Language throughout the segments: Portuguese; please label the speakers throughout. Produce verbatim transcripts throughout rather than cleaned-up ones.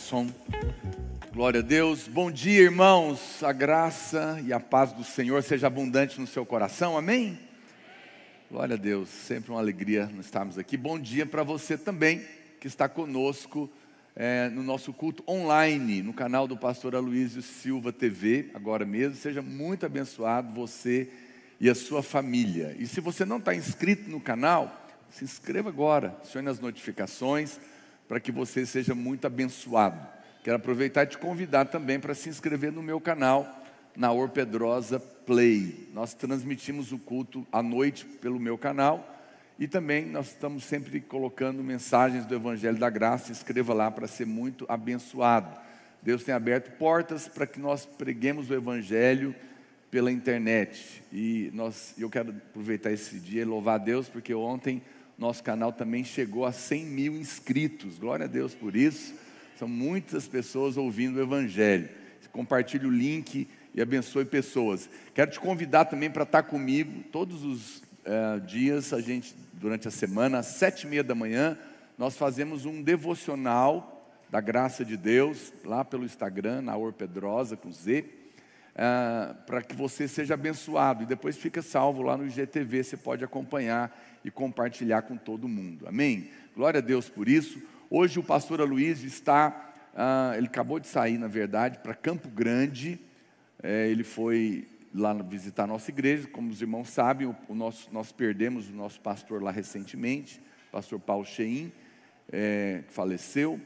Speaker 1: Som. Glória a Deus. Bom dia, irmãos. A graça e a paz do Senhor seja abundante no seu coração. Amém? Glória a Deus. Sempre uma alegria estarmos aqui. Bom dia para você também que está conosco é, no nosso culto online, no canal do pastor Aloysio Silva T V, agora mesmo. Seja muito abençoado você e a sua família. E se você não está inscrito no canal, se inscreva agora, acione as notificações para que você seja muito abençoado. Quero aproveitar e te convidar também para se inscrever no meu canal, na Or Pedrosa Play. Nós transmitimos o culto à noite pelo meu canal e também nós estamos sempre colocando mensagens do Evangelho da Graça. Se inscreva lá para ser muito abençoado. Deus tem aberto portas para que nós preguemos o Evangelho pela internet. E nós, eu quero aproveitar esse dia e louvar a Deus, porque ontem nosso canal também chegou a cem mil inscritos. Glória a Deus por isso. São muitas pessoas ouvindo o Evangelho. Compartilhe o link e abençoe pessoas. Quero te convidar também para estar comigo todos os uh, dias, a gente, durante a semana, às sete e meia da manhã, nós fazemos um devocional da graça de Deus, lá pelo Instagram, na Or Pedrosa, com Z, uh, para que você seja abençoado. E depois fica salvo lá no I G T V, você pode acompanhar e compartilhar com todo mundo. Amém? Glória a Deus por isso. Hoje o pastor Aloysio está, uh, ele acabou de sair, na verdade, para Campo Grande. É, ele foi lá visitar a nossa igreja. Como os irmãos sabem, o, o nosso, nós perdemos o nosso pastor lá recentemente, o pastor Paulo Cheim, é, que faleceu.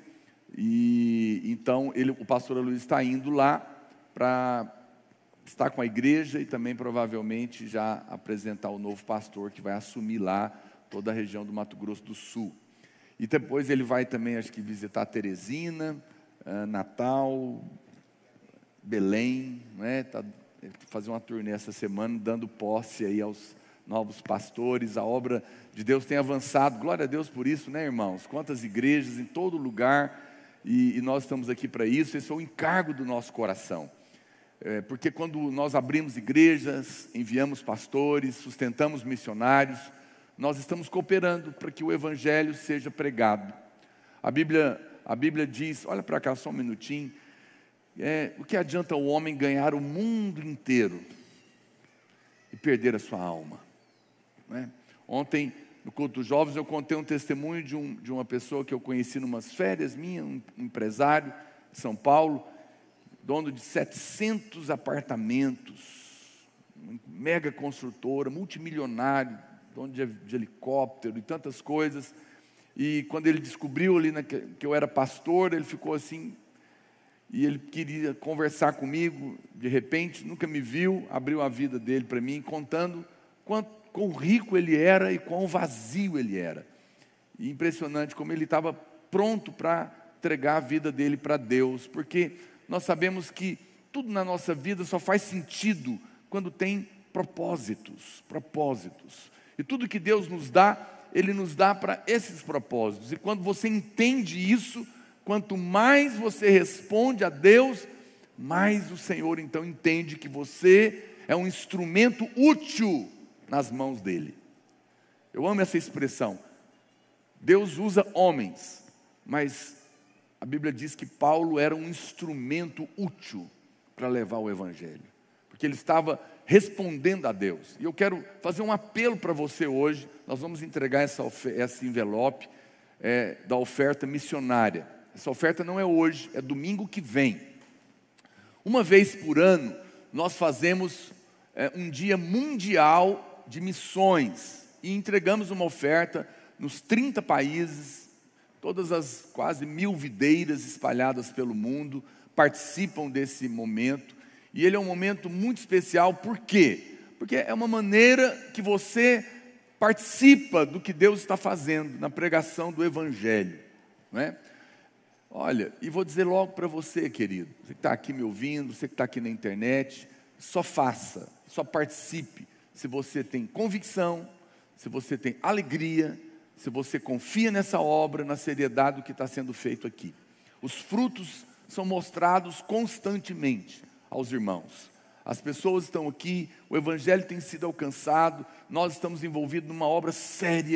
Speaker 1: E então ele, o pastor Aloysio está indo lá para estar com a igreja e também provavelmente já apresentar o novo pastor que vai assumir lá toda a região do Mato Grosso do Sul. E depois ele vai também, acho que, visitar Teresina, uh, Natal, Belém, né? Tá, fazer uma turnê essa semana, dando posse aí aos novos pastores. A obra de Deus tem avançado, glória a Deus por isso, né, irmãos? Quantas igrejas em todo lugar, e, e nós estamos aqui para isso. Esse é o encargo do nosso coração. É, porque quando nós abrimos igrejas, enviamos pastores, sustentamos missionários, nós estamos cooperando para que o Evangelho seja pregado. A Bíblia, a Bíblia diz, olha para cá só um minutinho, é, o que adianta o homem ganhar o mundo inteiro e perder a sua alma? Né? Ontem, no culto dos jovens, eu contei um testemunho de, um, de uma pessoa que eu conheci em umas férias minhas, um empresário de São Paulo, dono de setecentos apartamentos, mega construtora, multimilionário, dono de, de helicóptero e tantas coisas. E quando ele descobriu ali na, que eu era pastor, ele ficou assim, e ele queria conversar comigo. De repente, nunca me viu, abriu a vida dele para mim, contando quanto, quão rico ele era e quão vazio ele era. E impressionante como ele estava pronto para entregar a vida dele para Deus, porque nós sabemos que tudo na nossa vida só faz sentido quando tem propósitos, propósitos. E tudo que Deus nos dá, Ele nos dá para esses propósitos. E quando você entende isso, quanto mais você responde a Deus, mais o Senhor então entende que você é um instrumento útil nas mãos dEle. Eu amo essa expressão. Deus usa homens, mas a Bíblia diz que Paulo era um instrumento útil para levar o Evangelho, porque ele estava respondendo a Deus. E eu quero fazer um apelo para você hoje. Nós vamos entregar essa, essa envelope é, da oferta missionária. Essa oferta não é hoje, é domingo que vem. Uma vez por ano, nós fazemos é, um dia mundial de missões e entregamos uma oferta nos trinta países. Todas as quase mil videiras espalhadas pelo mundo participam desse momento. E ele é um momento muito especial. Por quê? Porque é uma maneira que você participa do que Deus está fazendo na pregação do Evangelho, não é? Olha, e vou dizer logo para você, querido, você que está aqui me ouvindo, você que está aqui na internet, só faça, só participe se você tem convicção, se você tem alegria, se você confia nessa obra, na seriedade do que está sendo feito aqui. Os frutos são mostrados constantemente aos irmãos. As pessoas estão aqui, o Evangelho tem sido alcançado, nós estamos envolvidos numa obra séria,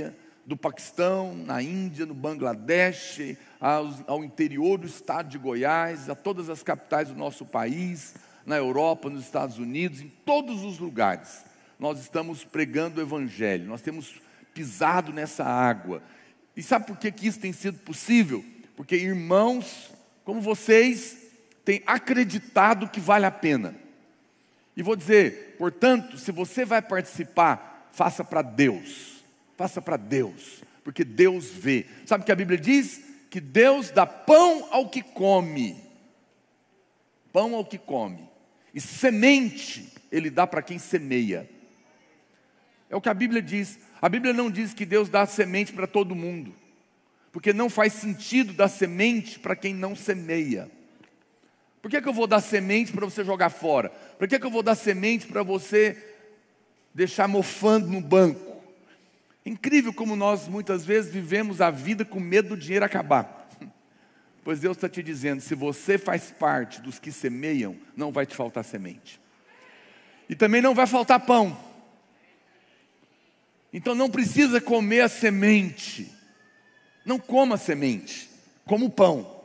Speaker 1: do Paquistão, na Índia, no Bangladesh, ao, ao interior do estado de Goiás, a todas as capitais do nosso país, na Europa, nos Estados Unidos, em todos os lugares. Nós estamos pregando o Evangelho, nós temos pisado nessa água. E sabe por que, que isso tem sido possível? Porque irmãos como vocês têm acreditado que vale a pena. E vou dizer, portanto, se você vai participar, faça para Deus. Faça para Deus, porque Deus vê. Sabe o que a Bíblia diz? Que Deus dá pão ao que come. Pão ao que come. E semente Ele dá para quem semeia. É o que a Bíblia diz. A Bíblia não diz que Deus dá semente para todo mundo, porque não faz sentido dar semente para quem não semeia. Por que que eu vou dar semente para você jogar fora? Por que que eu vou dar semente para você deixar mofando no banco? Incrível como nós muitas vezes vivemos a vida com medo do dinheiro acabar. Pois Deus está te dizendo, se você faz parte dos que semeiam, não vai te faltar semente. E também não vai faltar pão. Então não precisa comer a semente. Não coma a semente, coma o pão.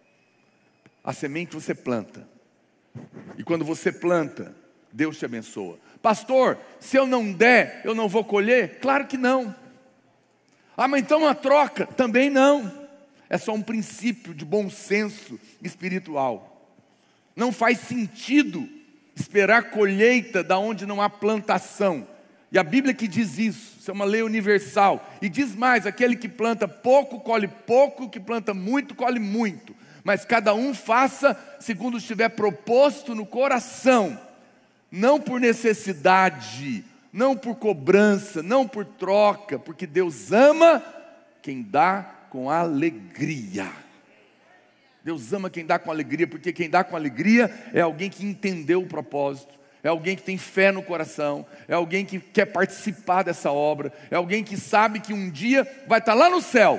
Speaker 1: A semente você planta. E quando você planta, Deus te abençoa. Pastor, se eu não der, eu não vou colher? Claro que não. Ah, mas então uma troca? Também não. É só um princípio de bom senso espiritual. Não faz sentido esperar colheita da onde não há plantação. E a Bíblia que diz isso, isso é uma lei universal. E diz mais, aquele que planta pouco, colhe pouco, que planta muito, colhe muito. Mas cada um faça segundo estiver proposto no coração. Não por necessidade, não por cobrança, não por troca, porque Deus ama quem dá com alegria. Deus ama quem dá com alegria, porque quem dá com alegria é alguém que entendeu o propósito, é alguém que tem fé no coração, é alguém que quer participar dessa obra, é alguém que sabe que um dia vai estar lá no céu,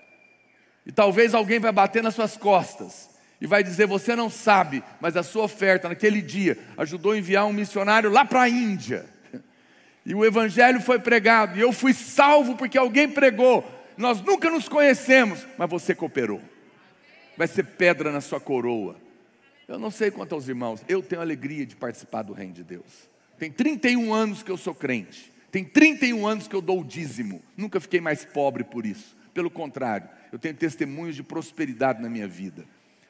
Speaker 1: e talvez alguém vai bater nas suas costas, e vai dizer, você não sabe, mas a sua oferta naquele dia ajudou a enviar um missionário lá para a Índia, e o Evangelho foi pregado, e eu fui salvo porque alguém pregou, nós nunca nos conhecemos, mas você cooperou, vai ser pedra na sua coroa. Eu não sei quanto aos irmãos, eu tenho alegria de participar do reino de Deus. Tem trinta e um anos que eu sou crente, tem trinta e um anos que eu dou o dízimo, nunca fiquei mais pobre por isso, pelo contrário, eu tenho testemunhos de prosperidade na minha vida.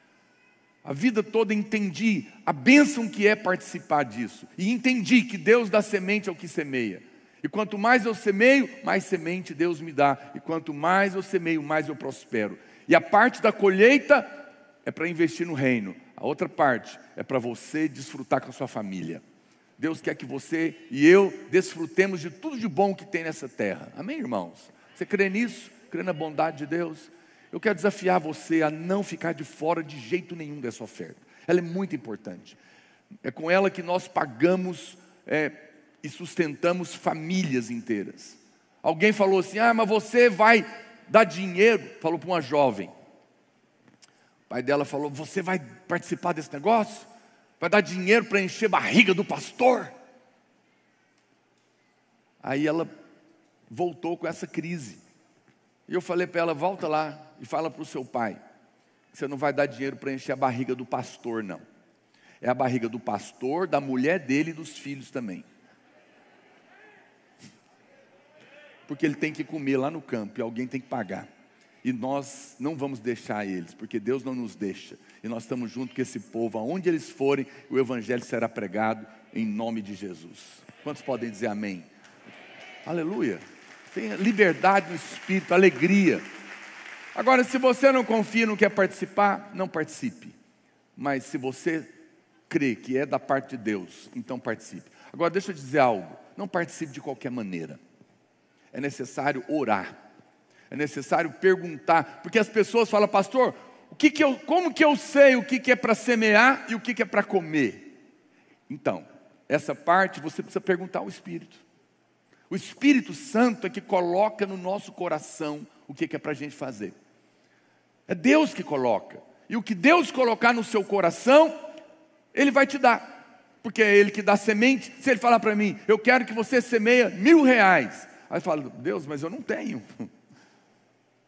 Speaker 1: A vida toda entendi a bênção que é participar disso, e entendi que Deus dá semente ao que semeia, e quanto mais eu semeio, mais semente Deus me dá, e quanto mais eu semeio, mais eu prospero, e a parte da colheita é para investir no reino, a outra parte é para você desfrutar com a sua família. Deus quer que você e eu desfrutemos de tudo de bom que tem nessa terra, amém, irmãos? Você crê nisso? Crê na bondade de Deus? Eu quero desafiar você a não ficar de fora de jeito nenhum dessa oferta, ela é muito importante, é com ela que nós pagamos é, e sustentamos famílias inteiras. Alguém falou assim, ah, mas você vai dar dinheiro, falou para uma jovem, o pai dela falou, você vai participar desse negócio? Vai dar dinheiro para encher a barriga do pastor? Aí ela voltou com essa crise, e eu falei para ela, volta lá e fala para o seu pai, você não vai dar dinheiro para encher a barriga do pastor não, é a barriga do pastor, da mulher dele e dos filhos também, porque ele tem que comer lá no campo, e alguém tem que pagar, e nós não vamos deixar eles, porque Deus não nos deixa, e nós estamos junto com esse povo, aonde eles forem, o Evangelho será pregado, em nome de Jesus. Quantos podem dizer amém? Aleluia, tenha liberdade no espírito, alegria. Agora, se você não confia, não quer participar, não participe, mas se você crê que é da parte de Deus, então participe. Agora deixa eu dizer algo, não participe de qualquer maneira, é necessário orar, é necessário perguntar, porque as pessoas falam, pastor, o que que eu, como que eu sei o que que é para semear e o que que é para comer? Então, essa parte você precisa perguntar ao Espírito. O Espírito Santo é que coloca no nosso coração o que que é para a gente fazer. É Deus que coloca, e o que Deus colocar no seu coração, Ele vai te dar, porque é Ele que dá semente. Se Ele falar para mim, eu quero que você semeia mil reais, aí eu falo, Deus, mas eu não tenho.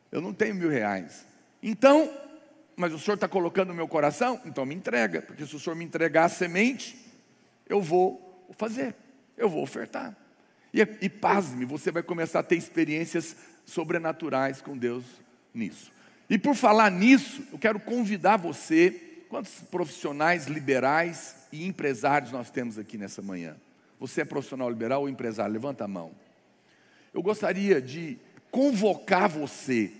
Speaker 1: Eu não tenho mil reais. Então, mas o Senhor está colocando no meu coração? Então me entrega, porque se o Senhor me entregar a semente, eu vou fazer, eu vou ofertar. E, e pasme, você vai começar a ter experiências sobrenaturais com Deus nisso. E por falar nisso, eu quero convidar você, quantos profissionais liberais e empresários nós temos aqui nessa manhã? Você é profissional liberal ou empresário? Levanta a mão. Eu gostaria de convocar você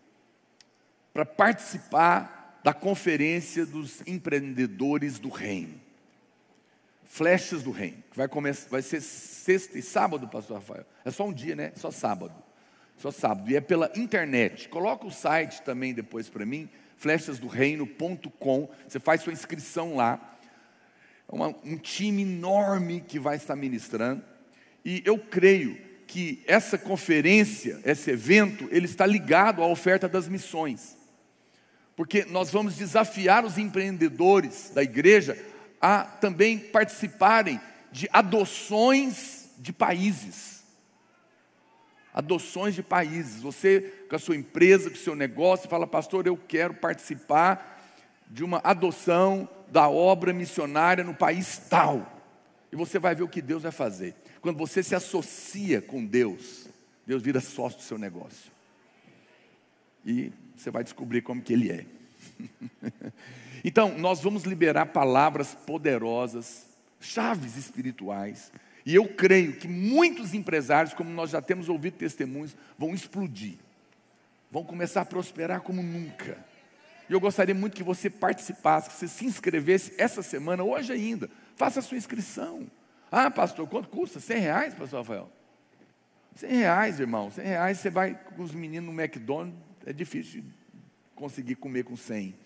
Speaker 1: para participar da conferência dos empreendedores do reino. Flechas do reino, que vai, começar, vai ser sexta e sábado, pastor Rafael. É só um dia, né? Só sábado. Só sábado. E é pela internet. Coloca o site também depois para mim, flechas do reino ponto com. Você faz sua inscrição lá. É uma, um time enorme que vai estar ministrando. E eu creio que essa conferência, esse evento, ele está ligado à oferta das missões. Porque nós vamos desafiar os empreendedores da igreja a também participarem de adoções de países. Adoções de países. Você, com a sua empresa, com o seu negócio, fala, pastor, eu quero participar de uma adoção da obra missionária no país tal. E você vai ver o que Deus vai fazer. Quando você se associa com Deus, Deus vira sócio do seu negócio. E você vai descobrir como que Ele é. Então, nós vamos liberar palavras poderosas, chaves espirituais. E eu creio que muitos empresários, como nós já temos ouvido testemunhos, vão explodir. Vão começar a prosperar como nunca. E eu gostaria muito que você participasse, que você se inscrevesse essa semana, hoje ainda. Faça a sua inscrição. Ah, pastor, quanto custa? cem reais, pastor Rafael? cem reais, irmão. cem reais você vai com os meninos no McDonald's. É difícil conseguir comer com cem.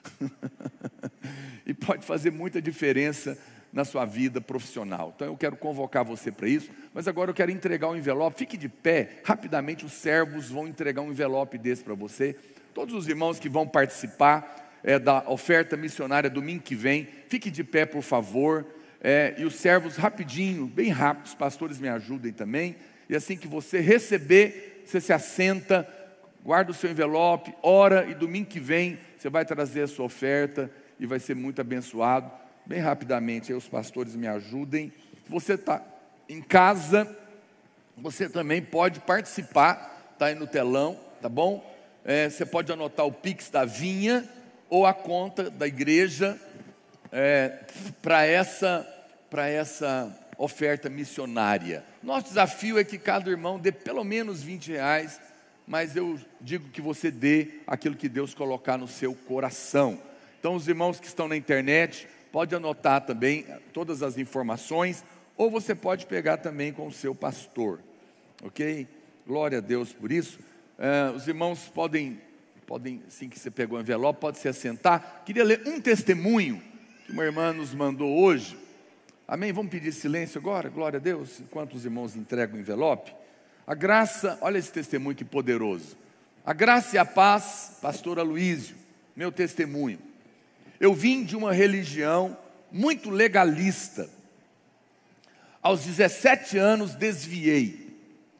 Speaker 1: E pode fazer muita diferença na sua vida profissional. Então eu quero convocar você para isso. Mas agora eu quero entregar um envelope. Fique de pé. Rapidamente os servos vão entregar um envelope desse para você. Todos os irmãos que vão participar é, da oferta missionária domingo que vem, fique de pé, por favor. É, e os servos rapidinho, bem rápido, os pastores me ajudem também. E assim que você receber, você se assenta, guarda o seu envelope, ora, e domingo que vem você vai trazer a sua oferta e vai ser muito abençoado. Bem rapidamente, aí os pastores me ajudem. Se você está em casa, você também pode participar, está aí no telão, tá bom? É, você pode anotar o Pix da Vinha ou a conta da igreja é, para essa, para essa oferta missionária. Nosso desafio é que cada irmão dê pelo menos vinte reais, mas eu digo que você dê aquilo que Deus colocar no seu coração. Então os irmãos que estão na internet, pode anotar também todas as informações, ou você pode pegar também com o seu pastor, ok? Glória a Deus por isso. Uh, os irmãos podem, podem, assim que você pegou o envelope, pode se assentar. Queria ler um testemunho que uma irmã nos mandou hoje. Amém? Vamos pedir silêncio agora? Glória a Deus, enquanto os irmãos entregam o envelope. A graça, olha esse testemunho que poderoso. A graça e a paz, pastor Aloísio, meu testemunho. Eu vim de uma religião muito legalista. Aos dezessete anos desviei.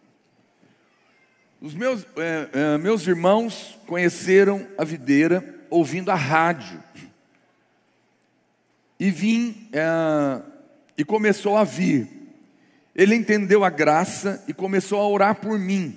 Speaker 1: Os meus, é, é, meus irmãos conheceram a videira ouvindo a rádio. E vim, é, e começou a vir. Ele entendeu a graça e começou a orar por mim.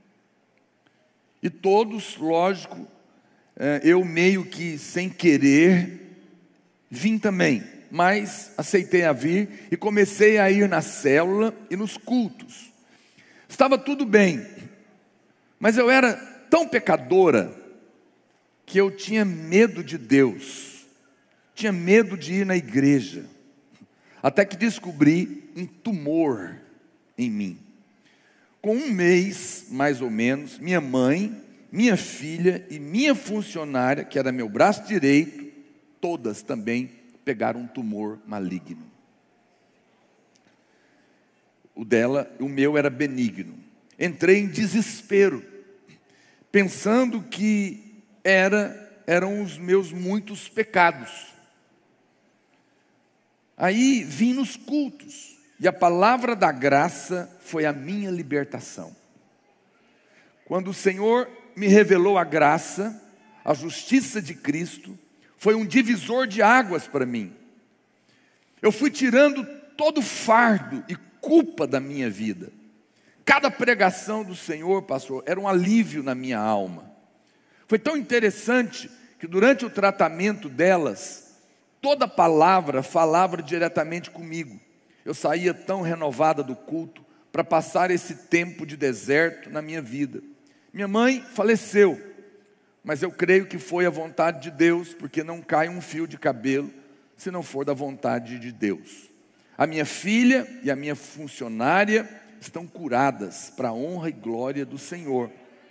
Speaker 1: E todos, lógico, eu meio que sem querer, vim também. Mas aceitei a vir e comecei a ir na célula e nos cultos. Estava tudo bem. Mas eu era tão pecadora que eu tinha medo de Deus. Tinha medo de ir na igreja. Até que descobri um tumor em mim. Com um mês, mais ou menos, minha mãe, minha filha e minha funcionária, que era meu braço direito, todas também pegaram um tumor maligno. O dela, o meu era benigno. Entrei em desespero, pensando que era, eram os meus muitos pecados. Aí vim nos cultos, e a palavra da graça foi a minha libertação. Quando o Senhor me revelou a graça, a justiça de Cristo, foi um divisor de águas para mim. Eu fui tirando todo fardo e culpa da minha vida. Cada pregação do Senhor, pastor, era um alívio na minha alma. Foi tão interessante que durante o tratamento delas, toda palavra falava diretamente comigo. Eu saía tão renovada do culto para passar esse tempo de deserto na minha vida. Minha mãe faleceu, mas eu creio que foi a vontade de Deus, porque não cai um fio de cabelo se não for da vontade de Deus. A minha filha e a minha funcionária estão curadas para a honra e glória do Senhor.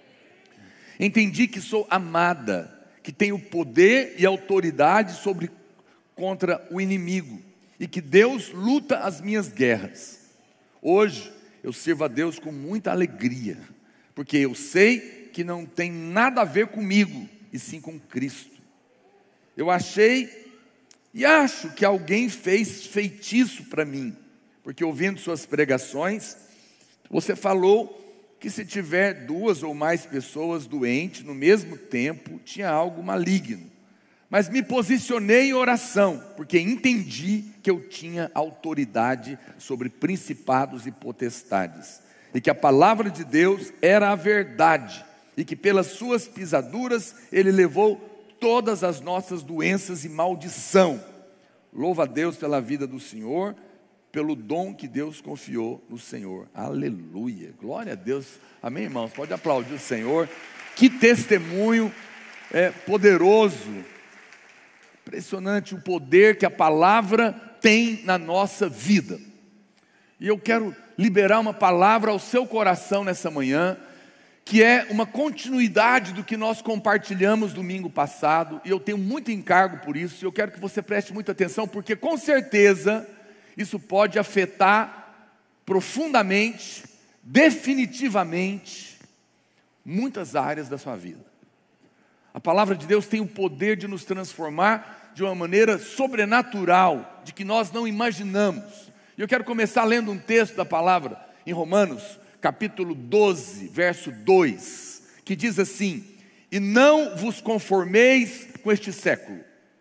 Speaker 1: Entendi que sou amada, que tenho poder e autoridade sobre, contra o inimigo, e que Deus luta as minhas guerras. Hoje eu sirvo a Deus com muita alegria, porque eu sei que não tem nada a ver comigo, e sim com Cristo. Eu achei e acho que alguém fez feitiço para mim, porque ouvindo suas pregações, você falou que se tiver duas ou mais pessoas doentes no mesmo tempo, tinha algo maligno. Mas me posicionei em oração, porque entendi que eu tinha autoridade sobre principados e potestades, e que a palavra de Deus era a verdade, e que pelas suas pisaduras Ele levou todas as nossas doenças e maldição. Louva a Deus pela vida do Senhor, pelo dom que Deus confiou no Senhor. Aleluia, glória a Deus. Amém, irmãos? Pode aplaudir o Senhor. Que testemunho é, poderoso. Impressionante o poder que a palavra tem na nossa vida. E eu quero liberar uma palavra ao seu coração nessa manhã, que é uma continuidade do que nós compartilhamos domingo passado, e eu tenho muito encargo por isso, e eu quero que você preste muita atenção, porque com certeza isso pode afetar profundamente, definitivamente, muitas áreas da sua vida. A palavra de Deus tem o poder de nos transformar de uma maneira sobrenatural, de que nós não imaginamos. E eu quero começar lendo um texto da palavra em Romanos, capítulo doze, verso dois, que diz assim: e não vos conformeis com este século,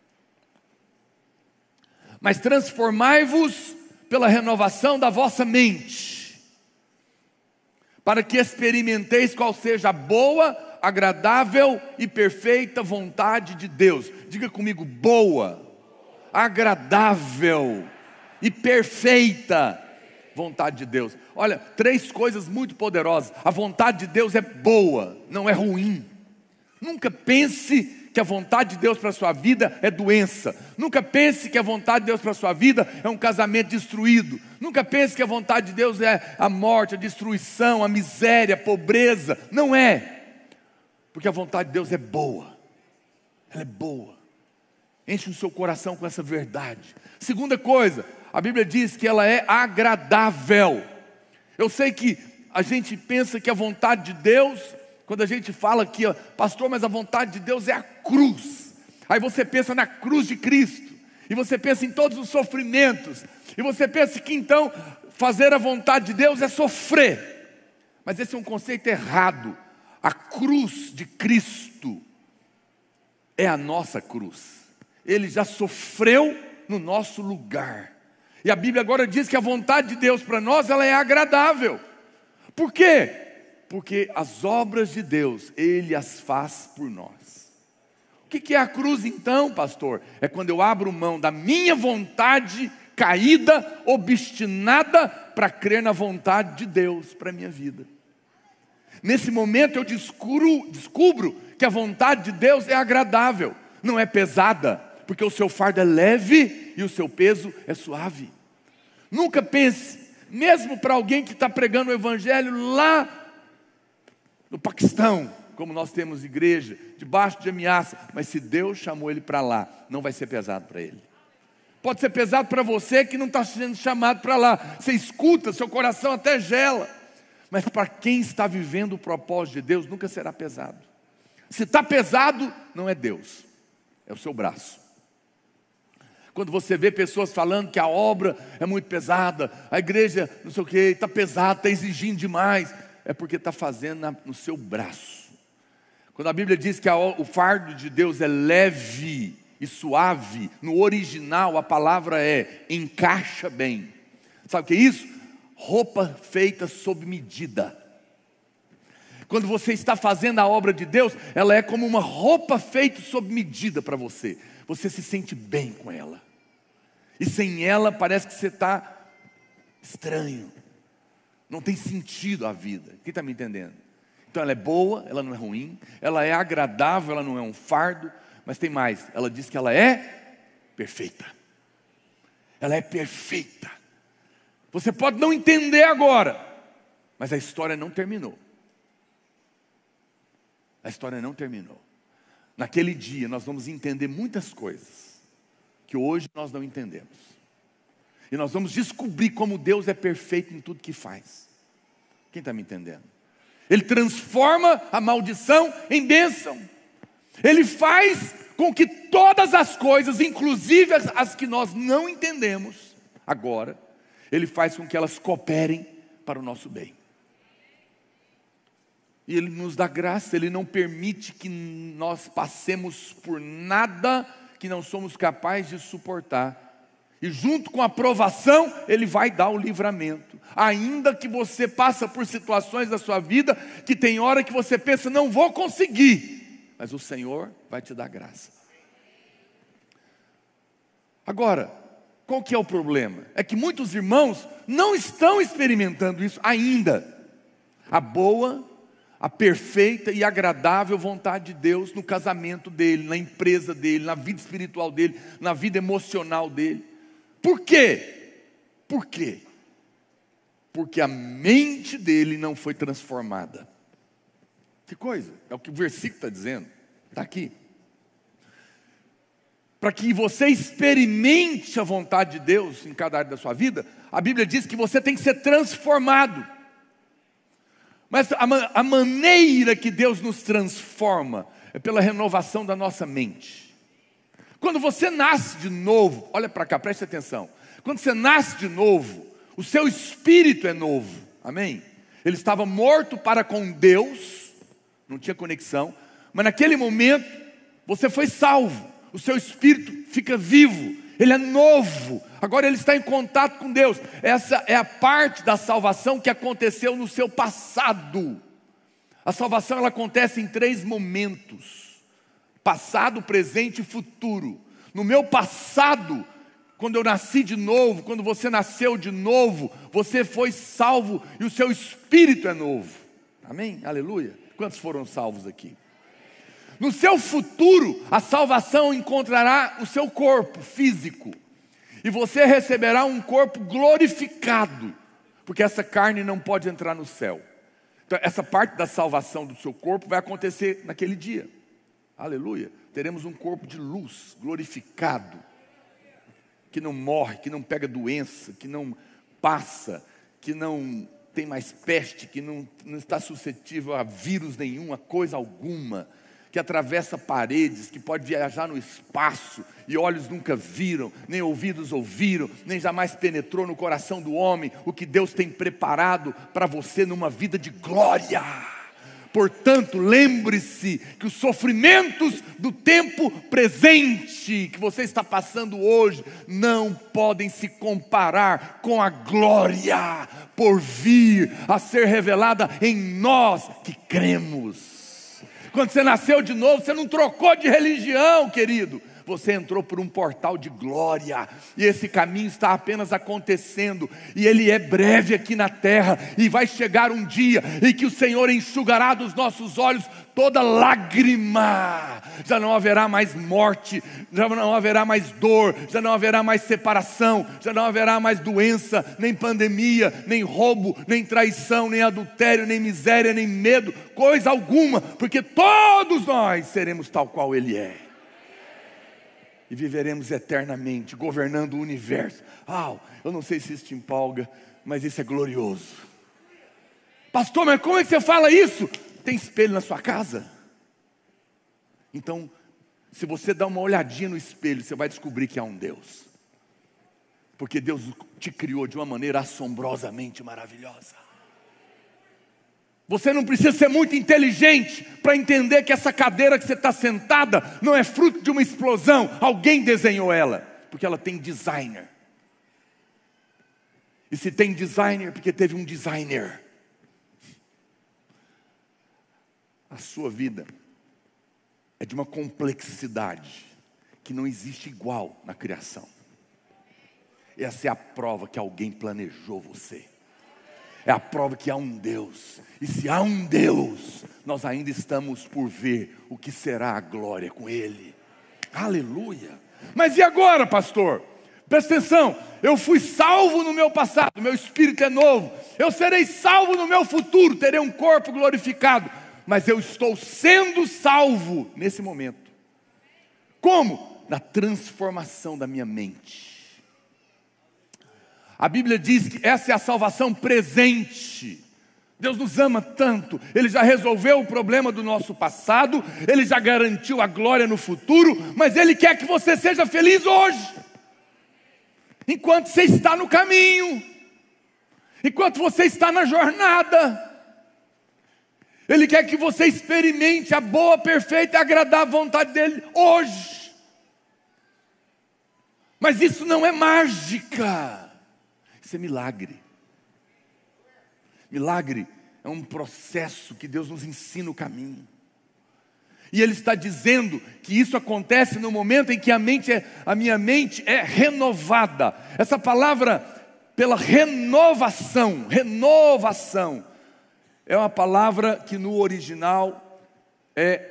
Speaker 1: mas transformai-vos pela renovação da vossa mente, para que experimenteis qual seja a boa, agradável e perfeita vontade de Deus. Diga comigo: boa, agradável e perfeita vontade de Deus. Olha, três coisas muito poderosas. A vontade de Deus é boa, não é ruim. Nunca pense que a vontade de Deus para a sua vida é doença. Nunca pense que a vontade de Deus para a sua vida é um casamento destruído. Nunca pense que a vontade de Deus é a morte, a destruição, a miséria, a pobreza. Não é. Porque a vontade de Deus é boa. Ela é boa. Enche o seu coração com essa verdade. Segunda coisa, a Bíblia diz que ela é agradável. Eu sei que a gente pensa que a vontade de Deus, quando a gente fala aqui, ó, pastor, mas a vontade de Deus é a cruz. Aí você pensa na cruz de Cristo, e você pensa em todos os sofrimentos, e você pensa que então fazer a vontade de Deus é sofrer. Mas esse é um conceito errado. A cruz de Cristo é a nossa cruz. Ele já sofreu no nosso lugar. E a Bíblia agora diz que a vontade de Deus para nós, ela é agradável. Por quê? Porque as obras de Deus, Ele as faz por nós. O que é a cruz então, pastor? É quando eu abro mão da minha vontade caída, obstinada, para crer na vontade de Deus para a minha vida. Nesse momento eu descubro, descubro que a vontade de Deus é agradável, não é pesada, porque o seu fardo é leve e o seu peso é suave. Nunca pense, mesmo para alguém que está pregando o evangelho lá no Paquistão, como nós temos igreja, debaixo de ameaça, mas se Deus chamou ele para lá, não vai ser pesado para ele. Pode ser pesado para você que não está sendo chamado para lá. Você escuta, seu coração até gela. Mas para quem está vivendo o propósito de Deus, nunca será pesado. Se está pesado, não é Deus, é o seu braço. Quando você vê pessoas falando que a obra é muito pesada, a igreja não sei o que, está pesada, está exigindo demais, é porque está fazendo na, no seu braço. Quando a Bíblia diz que a, o fardo de Deus é leve e suave, no original a palavra é encaixa bem. Sabe o que é isso? Roupa feita sob medida. Quando você está fazendo a obra de Deus, ela é como uma roupa feita sob medida para você. Você se sente bem com ela. E sem ela parece que você está estranho. Não tem sentido a vida. Quem está me entendendo? Então ela é boa, ela não é ruim. Ela é agradável, ela não é um fardo. Mas tem mais, ela diz que ela é perfeita. Ela é perfeita. Você pode não entender agora, mas a história não terminou. A história não terminou. Naquele dia nós vamos entender muitas coisas que hoje nós não entendemos. E nós vamos descobrir como Deus é perfeito em tudo que faz. Quem está me entendendo? Ele transforma a maldição em bênção. Ele faz com que todas as coisas, inclusive as, as que nós não entendemos agora, Ele faz com que elas cooperem para o nosso bem. E Ele nos dá graça, Ele não permite que nós passemos por nada que não somos capazes de suportar. E junto com a provação, Ele vai dar o livramento. Ainda que você passe por situações da sua vida, que tem hora que você pensa, não vou conseguir. Mas o Senhor vai te dar graça. Agora, qual que é o problema? É que muitos irmãos não estão experimentando isso ainda. A boa, a perfeita e agradável vontade de Deus no casamento dele, na empresa dele, na vida espiritual dele, na vida emocional dele. Por quê? Por quê? Porque a mente dele não foi transformada. Que coisa? É o que o versículo está dizendo. Está aqui. Para que você experimente a vontade de Deus em cada área da sua vida, a Bíblia diz que você tem que ser transformado. Mas a, a maneira que Deus nos transforma é pela renovação da nossa mente. Quando você nasce de novo, olha para cá, preste atenção. Quando você nasce de novo, o seu espírito é novo, amém? Ele estava morto para com Deus, não tinha conexão, mas naquele momento você foi salvo, o seu espírito fica vivo, ele é novo, agora ele está em contato com Deus. Essa é a parte da salvação que aconteceu no seu passado. A salvação ela acontece em três momentos: passado, presente e futuro. No meu passado, quando eu nasci de novo, quando você nasceu de novo, você foi salvo e o seu espírito é novo. Amém? Aleluia. Quantos foram salvos aqui? No seu futuro, a salvação encontrará o seu corpo físico. E você receberá um corpo glorificado, porque essa carne não pode entrar no céu. Então, essa parte da salvação do seu corpo vai acontecer naquele dia. Aleluia. Teremos um corpo de luz, glorificado, que não morre, que não pega doença, que não passa, que não tem mais peste, que não, não está suscetível a vírus nenhum, a coisa alguma, que atravessa paredes, que pode viajar no espaço, e olhos nunca viram, nem ouvidos ouviram, nem jamais penetrou no coração do homem o que Deus tem preparado para você numa vida de glória. Portanto, lembre-se que os sofrimentos do tempo presente que você está passando hoje não podem se comparar com a glória por vir a ser revelada em nós que cremos. Quando você nasceu de novo, você não trocou de religião, querido. Você entrou por um portal de glória, e esse caminho está apenas acontecendo, e ele é breve aqui na terra, e vai chegar um dia em que o Senhor enxugará dos nossos olhos toda lágrima. Já não haverá mais morte, já não haverá mais dor, já não haverá mais separação, já não haverá mais doença, nem pandemia, nem roubo, nem traição, nem adultério, nem miséria, nem medo, coisa alguma, porque todos nós seremos tal qual Ele é. E viveremos eternamente, governando o universo. Ah, eu não sei se isso te empolga, mas isso é glorioso. Pastor, mas como é que você fala isso? Tem espelho na sua casa? Então, se você dá uma olhadinha no espelho, você vai descobrir que há um Deus. Porque Deus te criou de uma maneira assombrosamente maravilhosa. Você não precisa ser muito inteligente para entender que essa cadeira que você está sentada não é fruto de uma explosão. Alguém desenhou ela, porque ela tem designer. E se tem designer, porque teve um designer. A sua vida é de uma complexidade que não existe igual na criação. Essa é a prova que alguém planejou você. É a prova que há um Deus. E se há um Deus, nós ainda estamos por ver o que será a glória com Ele. Aleluia. Mas e agora, pastor? Presta atenção, eu fui salvo no meu passado, meu espírito é novo. Eu serei salvo no meu futuro, terei um corpo glorificado. Mas eu estou sendo salvo nesse momento. Como? Na transformação da minha mente. A Bíblia diz que essa é a salvação presente. Deus nos ama tanto, Ele já resolveu o problema do nosso passado, Ele já garantiu a glória no futuro, mas Ele quer que você seja feliz hoje, enquanto você está no caminho, enquanto você está na jornada. Ele quer que você experimente a boa, perfeita e agradável vontade dEle hoje. Mas isso não é mágica. Isso é milagre. Milagre é um processo que Deus nos ensina o caminho. E Ele está dizendo que isso acontece no momento em que a mente é, a minha mente é renovada. Essa palavra, pela renovação, renovação, é uma palavra que no original é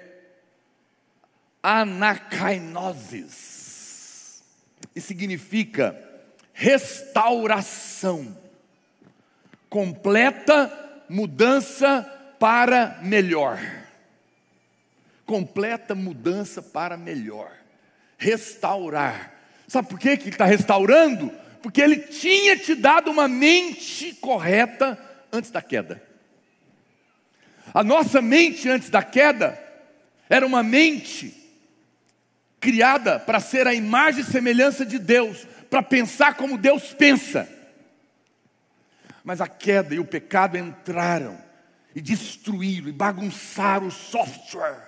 Speaker 1: anakainosis. E significa restauração, completa mudança para melhor. Completa mudança para melhor. Restaurar. Sabe por quê que Ele está restaurando? Porque Ele tinha te dado uma mente correta antes da queda. A nossa mente antes da queda era uma mente criada para ser a imagem e semelhança de Deus, para pensar como Deus pensa. Mas a queda e o pecado entraram e destruíram e bagunçaram o software.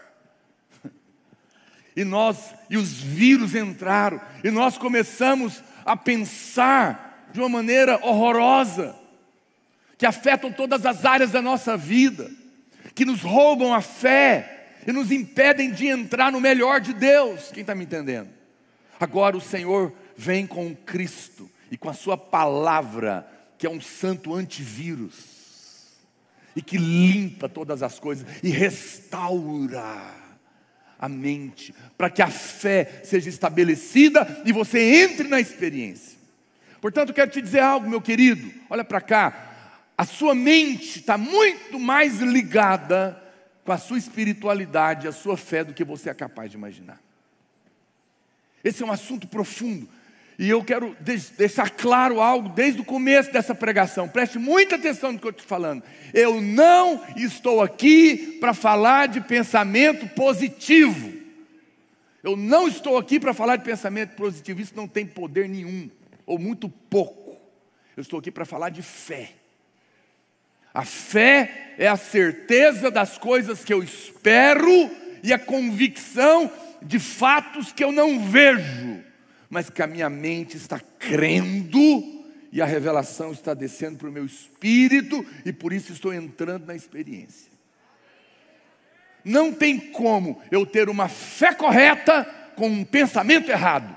Speaker 1: E nós, e os vírus entraram, e nós começamos a pensar de uma maneira horrorosa, que afetam todas as áreas da nossa vida, que nos roubam a fé e nos impedem de entrar no melhor de Deus. Quem está me entendendo? Agora o Senhor vem com Cristo e com a sua palavra, que é um santo antivírus, e que limpa todas as coisas e restaura a mente, para que a fé seja estabelecida e você entre na experiência. Portanto, eu quero te dizer algo, meu querido, olha para cá. A sua mente está muito mais ligada com a sua espiritualidade, a sua fé, do que você é capaz de imaginar. Esse é um assunto profundo. E eu quero deixar claro algo desde o começo dessa pregação. Preste muita atenção no que eu estou falando. Eu não estou aqui para falar de pensamento positivo. Eu não estou aqui para falar de pensamento positivo. Isso não tem poder nenhum, ou muito pouco. Eu estou aqui para falar de fé. A fé é a certeza das coisas que eu espero e a convicção de fatos que eu não vejo, mas que a minha mente está crendo e a revelação está descendo para o meu espírito e por isso estou entrando na experiência. Não tem como eu ter uma fé correta com um pensamento errado.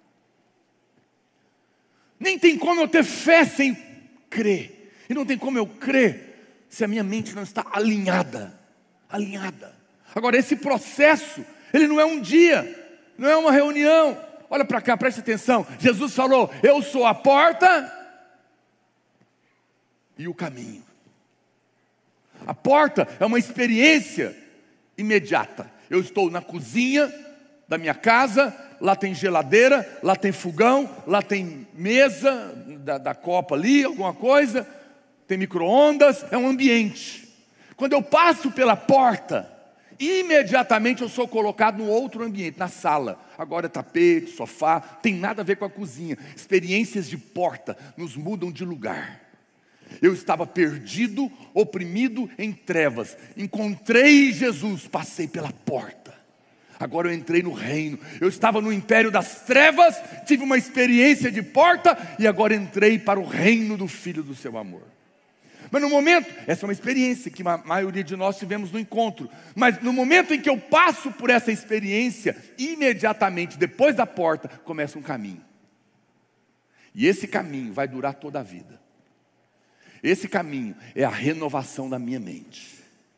Speaker 1: Nem tem como eu ter fé sem crer. E não tem como eu crer se a minha mente não está alinhada. Alinhada. Agora, esse processo, ele não é um dia, não é uma reunião. Olha para cá, preste atenção. Jesus falou: eu sou a porta e o caminho. A porta é uma experiência imediata. Eu estou na cozinha da minha casa, lá tem geladeira, lá tem fogão, lá tem mesa da, da copa ali, alguma coisa, tem micro-ondas, é um ambiente. Quando eu passo pela porta, imediatamente eu sou colocado num outro ambiente, na sala. Agora é tapete, sofá, tem nada a ver com a cozinha. Experiências de porta nos mudam de lugar. Eu estava perdido, oprimido em trevas. Encontrei Jesus, passei pela porta. Agora eu entrei no reino. Eu estava no império das trevas, tive uma experiência de porta e agora entrei para o reino do Filho do seu amor. Mas no momento, essa é uma experiência que a maioria de nós tivemos no encontro. Mas no momento em que eu passo por essa experiência, imediatamente depois da porta, começa um caminho. E esse caminho vai durar toda a vida. Esse caminho é a renovação da minha mente.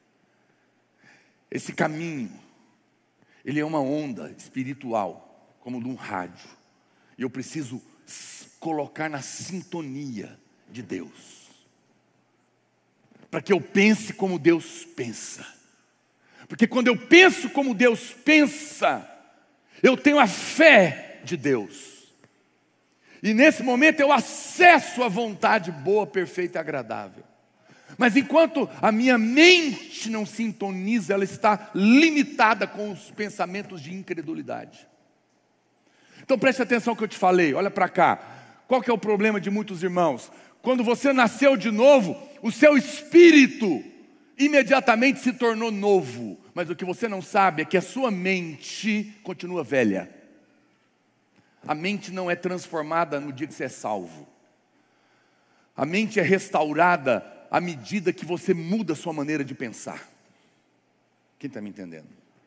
Speaker 1: Esse caminho, ele é uma onda espiritual, como de um rádio. E eu preciso colocar na sintonia de Deus, para que eu pense como Deus pensa. Porque quando eu penso como Deus pensa, eu tenho a fé de Deus. E nesse momento eu acesso a vontade boa, perfeita e agradável. Mas enquanto a minha mente não sintoniza, ela está limitada com os pensamentos de incredulidade. Então preste atenção no que eu te falei, olha para cá. Qual que é o problema de muitos irmãos? Quando você nasceu de novo, o seu espírito imediatamente se tornou novo. Mas o que você não sabe é que a sua mente continua velha. A mente não é transformada no dia que você é salvo. A mente é restaurada à medida que você muda a sua maneira de pensar. Quem está me entendendo?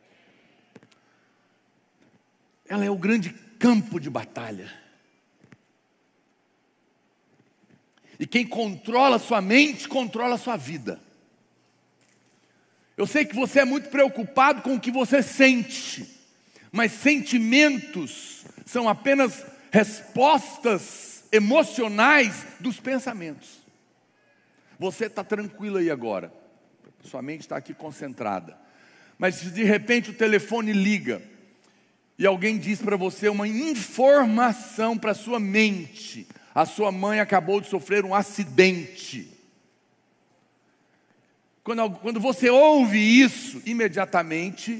Speaker 1: Ela é o grande campo de batalha. E quem controla a sua mente, controla a sua vida. Eu sei que você é muito preocupado com o que você sente. Mas sentimentos são apenas respostas emocionais dos pensamentos. Você está tranquilo aí agora. Sua mente está aqui concentrada. Mas se de repente o telefone liga e alguém diz para você uma informação para a sua mente: a sua mãe acabou de sofrer um acidente. Quando, quando você ouve isso, imediatamente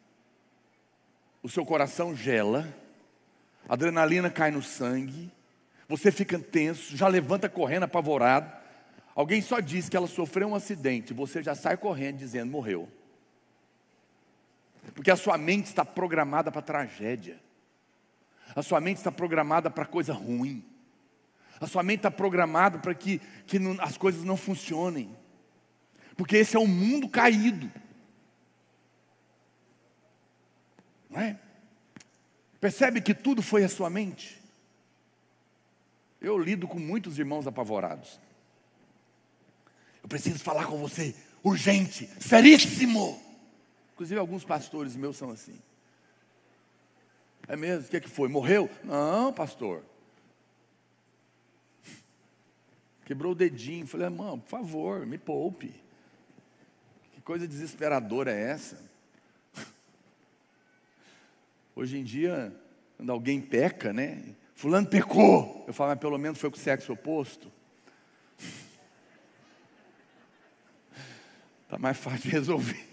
Speaker 1: o seu coração gela, a adrenalina cai no sangue, você fica tenso, já levanta correndo apavorado. Alguém só diz que ela sofreu um acidente, você já sai correndo dizendo: morreu. Porque a sua mente está programada para tragédia. A sua mente está programada para coisa ruim. A sua mente está programada para que, que não, as coisas não funcionem. Porque esse é um mundo caído. Não é? Percebe que tudo foi a sua mente? Eu lido com muitos irmãos apavorados. Eu preciso falar com você, urgente, seríssimo. Inclusive alguns pastores meus são assim. É mesmo? O que é que foi? Morreu? Não, pastor. Quebrou o dedinho. Falei: irmão, por favor, me poupe. Que coisa desesperadora é essa? Hoje em dia, quando alguém peca, né? Fulano pecou. Eu falo: mas pelo menos foi com o sexo oposto. Está mais fácil de resolver.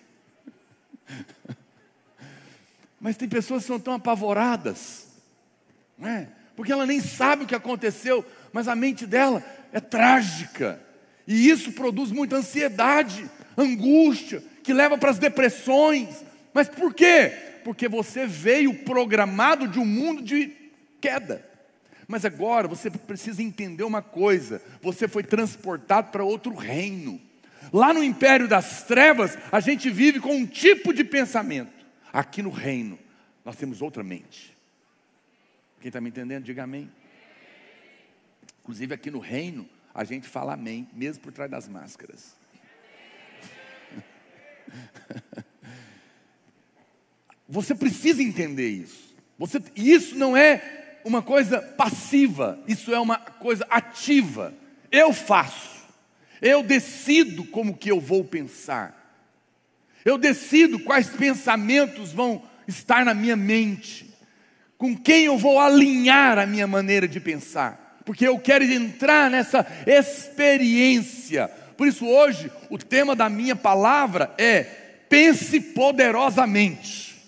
Speaker 1: Mas tem pessoas que são tão apavoradas, não é? Porque ela nem sabe o que aconteceu, mas a mente dela é trágica. E isso produz muita ansiedade, angústia, que leva para as depressões. Mas por quê? Porque você veio programado de um mundo de queda. Mas agora você precisa entender uma coisa: você foi transportado para outro reino. Lá no império das trevas, a gente vive com um tipo de pensamento. Aqui no reino, nós temos outra mente. Quem está me entendendo, diga amém. Inclusive aqui no reino, a gente fala amém, mesmo por trás das máscaras. Você precisa entender isso. Você, isso não é uma coisa passiva, isso é uma coisa ativa. Eu faço. Eu decido como que eu vou pensar. Eu decido quais pensamentos vão estar na minha mente. Com quem eu vou alinhar a minha maneira de pensar. Porque eu quero entrar nessa experiência. Por isso hoje, o tema da minha palavra é: pense poderosamente.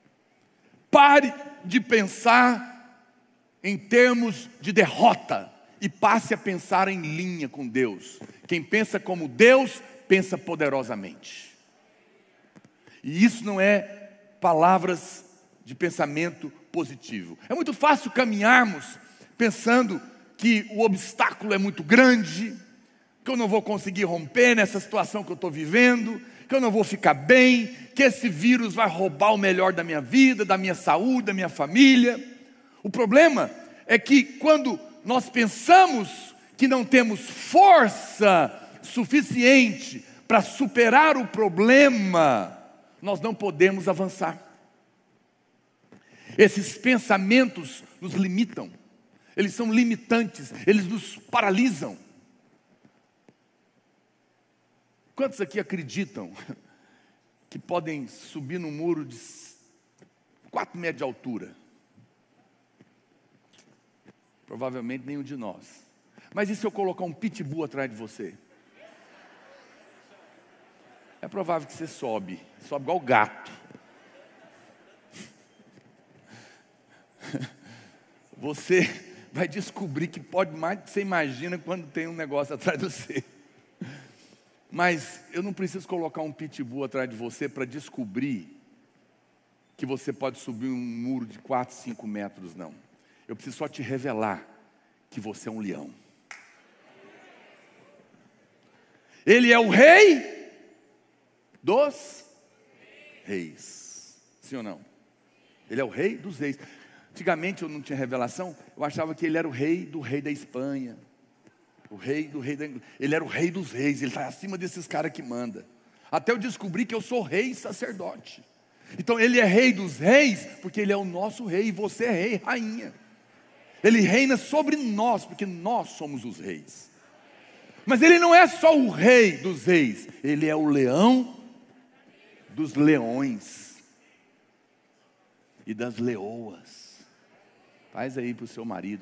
Speaker 1: Pare de pensar em termos de derrota e passe a pensar em linha com Deus. Quem pensa como Deus, pensa poderosamente. E isso não é palavras de pensamento positivo. É muito fácil caminharmos pensando que o obstáculo é muito grande, que eu não vou conseguir romper nessa situação que eu estou vivendo, que eu não vou ficar bem, que esse vírus vai roubar o melhor da minha vida, da minha saúde, da minha família. O problema é que quando nós pensamos que não temos força suficiente para superar o problema, nós não podemos avançar. Esses pensamentos nos limitam, eles são limitantes, eles nos paralisam. Quantos aqui acreditam que podem subir num muro de quatro metros de altura? Provavelmente nenhum de nós. Mas e se eu colocar um pitbull atrás de você? É provável que você sobe, sobe igual gato. Você vai descobrir que pode mais do que você imagina quando tem um negócio atrás de você. Mas eu não preciso colocar um pitbull atrás de você para descobrir que você pode subir um muro de quatro, cinco metros, não. Eu preciso só te revelar que você é um leão. Ele é o rei dos reis. Sim ou não? Ele é o rei dos reis. Antigamente eu não tinha revelação, eu achava que ele era o rei do rei da Espanha. O rei do rei da Inglaterra. Ele era o rei dos reis, ele está acima desses caras que manda. Até eu descobri que eu sou rei e sacerdote. Então ele é rei dos reis, porque ele é o nosso rei, e você é rei, rainha. Ele reina sobre nós, porque nós somos os reis. Mas ele não é só o rei dos reis, ele é o leão dos leões e das leoas. Faz aí para o seu marido.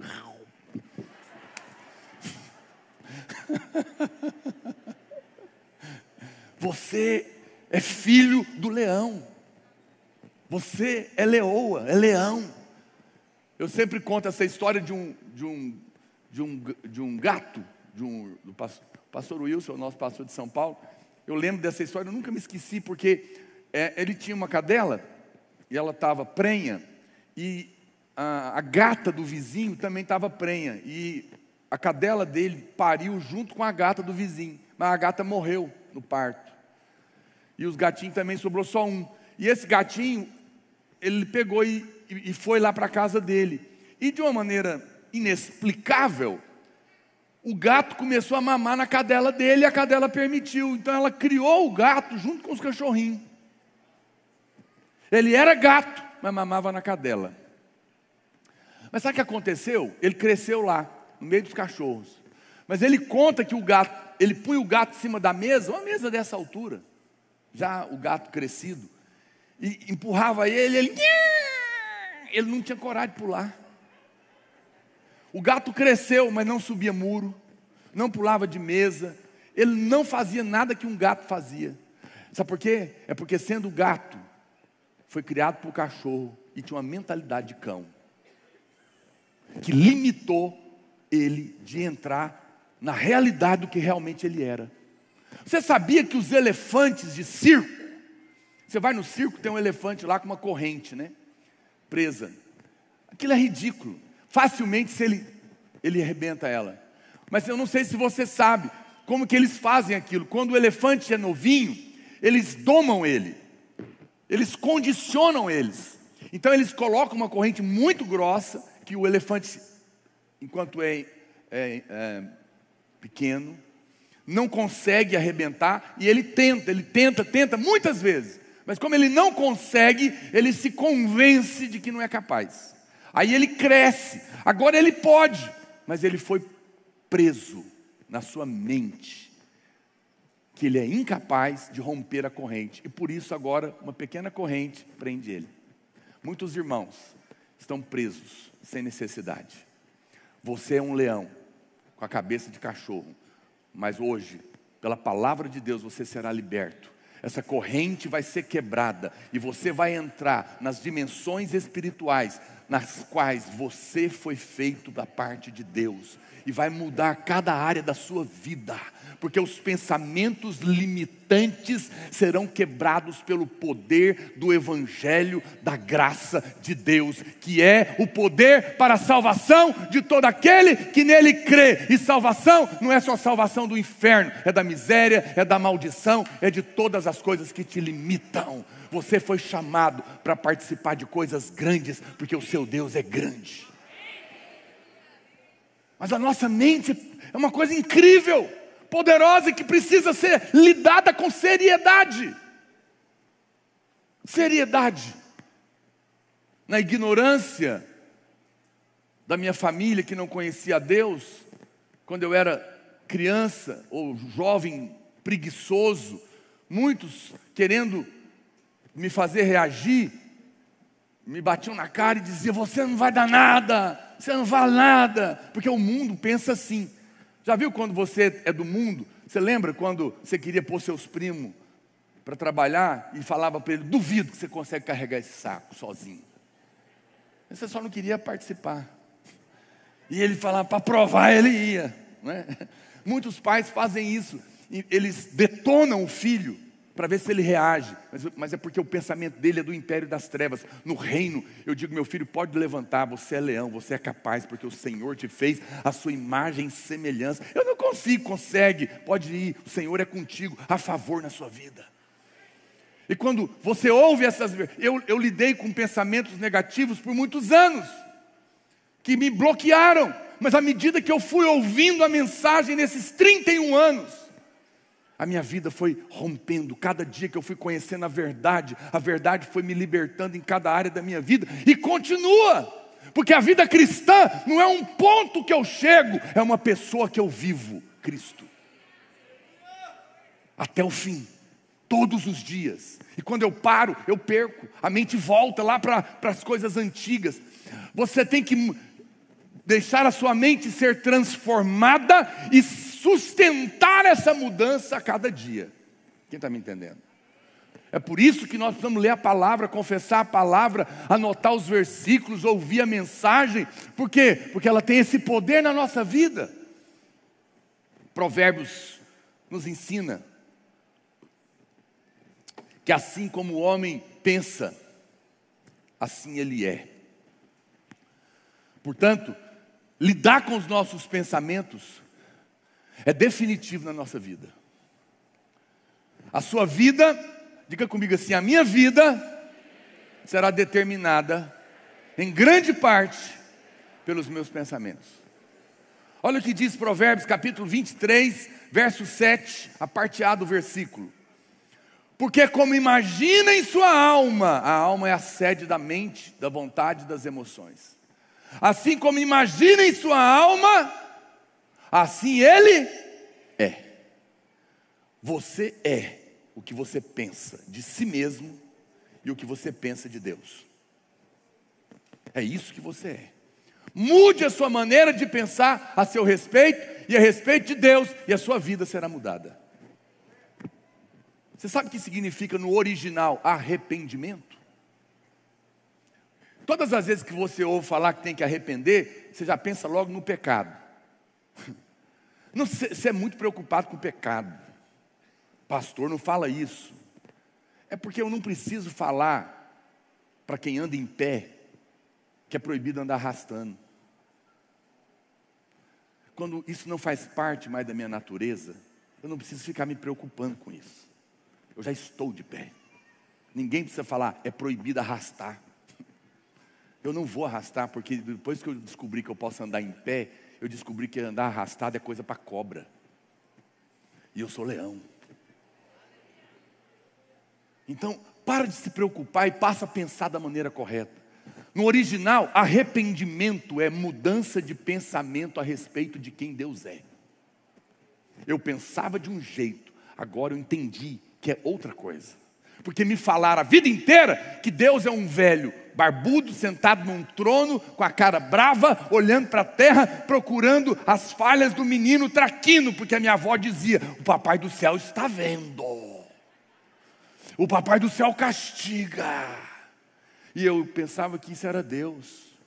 Speaker 1: Você é filho do leão. Você é leoa, é leão. Eu sempre conto essa história de um, de um, de um, de um gato, de um, do pastor, pastor Wilson, o nosso pastor de São Paulo. Eu lembro dessa história, eu nunca me esqueci, porque é, ele tinha uma cadela, e ela estava prenha, e a, a gata do vizinho também estava prenha, e a cadela dele pariu junto com a gata do vizinho, mas a gata morreu no parto. E os gatinhos também, sobrou só um. E esse gatinho, ele pegou e, e foi lá para a casa dele. E de uma maneira inexplicável, o gato começou a mamar na cadela dele e a cadela permitiu. Então ela criou o gato junto com os cachorrinhos. Ele era gato, mas mamava na cadela. Mas sabe o que aconteceu? Ele cresceu lá, no meio dos cachorros. Mas ele conta que o gato, ele punha o gato em cima da mesa, uma mesa dessa altura, já o gato crescido, e empurrava ele, ele, ele não tinha coragem de pular. O gato cresceu, mas não subia muro, não pulava de mesa, ele não fazia nada que um gato fazia. Sabe por quê? É porque sendo gato, foi criado por cachorro e tinha uma mentalidade de cão, que limitou ele de entrar na realidade do que realmente ele era. Você sabia que os elefantes de circo, você vai no circo, tem um elefante lá com uma corrente, né? Presa. Aquilo é ridículo. Facilmente se ele, ele arrebenta ela. Mas eu não sei se você sabe como que eles fazem aquilo. Quando o elefante é novinho, eles domam ele. Eles condicionam eles. Então eles colocam uma corrente muito grossa, que o elefante, enquanto é, é, é pequeno, não consegue arrebentar, e ele tenta, ele tenta, tenta muitas vezes. Mas como ele não consegue, ele se convence de que não é capaz. Aí ele cresce, agora ele pode, mas ele foi preso na sua mente, que ele é incapaz de romper a corrente. E por isso agora uma pequena corrente prende ele. Muitos irmãos estão presos, sem necessidade. Você é um leão, com a cabeça de cachorro. Mas hoje, pela palavra de Deus, você será liberto. Essa corrente vai ser quebrada e você vai entrar nas dimensões espirituais nas quais você foi feito da parte de Deus, e vai mudar cada área da sua vida, porque os pensamentos limitantes serão quebrados pelo poder do Evangelho da graça de Deus, que é o poder para a salvação de todo aquele que nele crê. E salvação não é só salvação do inferno, é da miséria, é da maldição, é de todas as coisas que te limitam. Você foi chamado para participar de coisas grandes, porque o seu Deus é grande. Mas a nossa mente é uma coisa incrível, poderosa, e que precisa ser lidada com seriedade. Seriedade. Na ignorância da minha família, que não conhecia a Deus, quando eu era criança ou jovem preguiçoso, muitos querendo me fazer reagir, me batiam na cara e diziam: você não vai dar nada, você não vale nada, porque o mundo pensa assim. Já viu quando você é do mundo? Você lembra quando você queria pôr seus primos para trabalhar e falava para ele: duvido que você consegue carregar esse saco sozinho. Você só não queria participar. E ele falava para provar, ele ia, não é? Muitos pais fazem isso, eles detonam o filho para ver se ele reage, mas, mas é porque o pensamento dele é do império das trevas. No reino, eu digo: meu filho, pode levantar, você é leão, você é capaz, porque o Senhor te fez a sua imagem e semelhança. Eu não consigo, consegue, pode ir, o Senhor é contigo, a favor na sua vida. E quando você ouve essas... Eu, eu lidei com pensamentos negativos por muitos anos, que me bloquearam, mas à medida que eu fui ouvindo a mensagem nesses trinta e um anos, a minha vida foi rompendo. Cada dia que eu fui conhecendo a verdade, a verdade foi me libertando em cada área da minha vida. E continua. Porque a vida cristã não é um ponto que eu chego, é uma pessoa que eu vivo, Cristo. Até o fim. Todos os dias. E quando eu paro, eu perco. A mente volta lá para as coisas antigas. Você tem que deixar a sua mente ser transformada e sustentar essa mudança a cada dia. Quem está me entendendo? É por isso que nós precisamos ler a palavra, confessar a palavra, anotar os versículos, ouvir a mensagem. Por quê? Porque ela tem esse poder na nossa vida. Provérbios nos ensina que assim como o homem pensa, assim ele é. Portanto, lidar com os nossos pensamentos é definitivo na nossa vida. A sua vida, diga comigo assim: a minha vida será determinada em grande parte pelos meus pensamentos. Olha o que diz Provérbios capítulo vinte e três, verso sete, a parte A do versículo. Porque como imagina em sua alma, a alma é a sede da mente, da vontade e das emoções. Assim como imagina em sua alma, assim ele é. Você é o que você pensa de si mesmo e o que você pensa de Deus. É isso que você é. Mude a sua maneira de pensar a seu respeito e a respeito de Deus, e a sua vida será mudada. Você sabe o que significa no original arrependimento? Todas as vezes que você ouve falar que tem que arrepender, você já pensa logo no pecado. Não, você é muito preocupado com o pecado. Pastor, não fala isso. É porque eu não preciso falar para quem anda em pé que é proibido andar arrastando. Quando isso não faz parte mais da minha natureza, eu não preciso ficar me preocupando com isso. Eu já estou de pé. Ninguém precisa falar, é proibido arrastar. Eu não vou arrastar, porque depois que eu descobri que eu posso andar em pé, eu descobri que andar arrastado é coisa para cobra. E eu sou leão. Então, para de se preocupar e passa a pensar da maneira correta. No original, arrependimento é mudança de pensamento a respeito de quem Deus é. Eu pensava de um jeito, agora eu entendi que é outra coisa. Porque me falaram a vida inteira que Deus é um velho barbudo, sentado num trono, com a cara brava, olhando para a terra, procurando as falhas do menino traquino, porque a minha avó dizia, o papai do céu está vendo. O papai do céu castiga. E eu pensava que isso era Deus.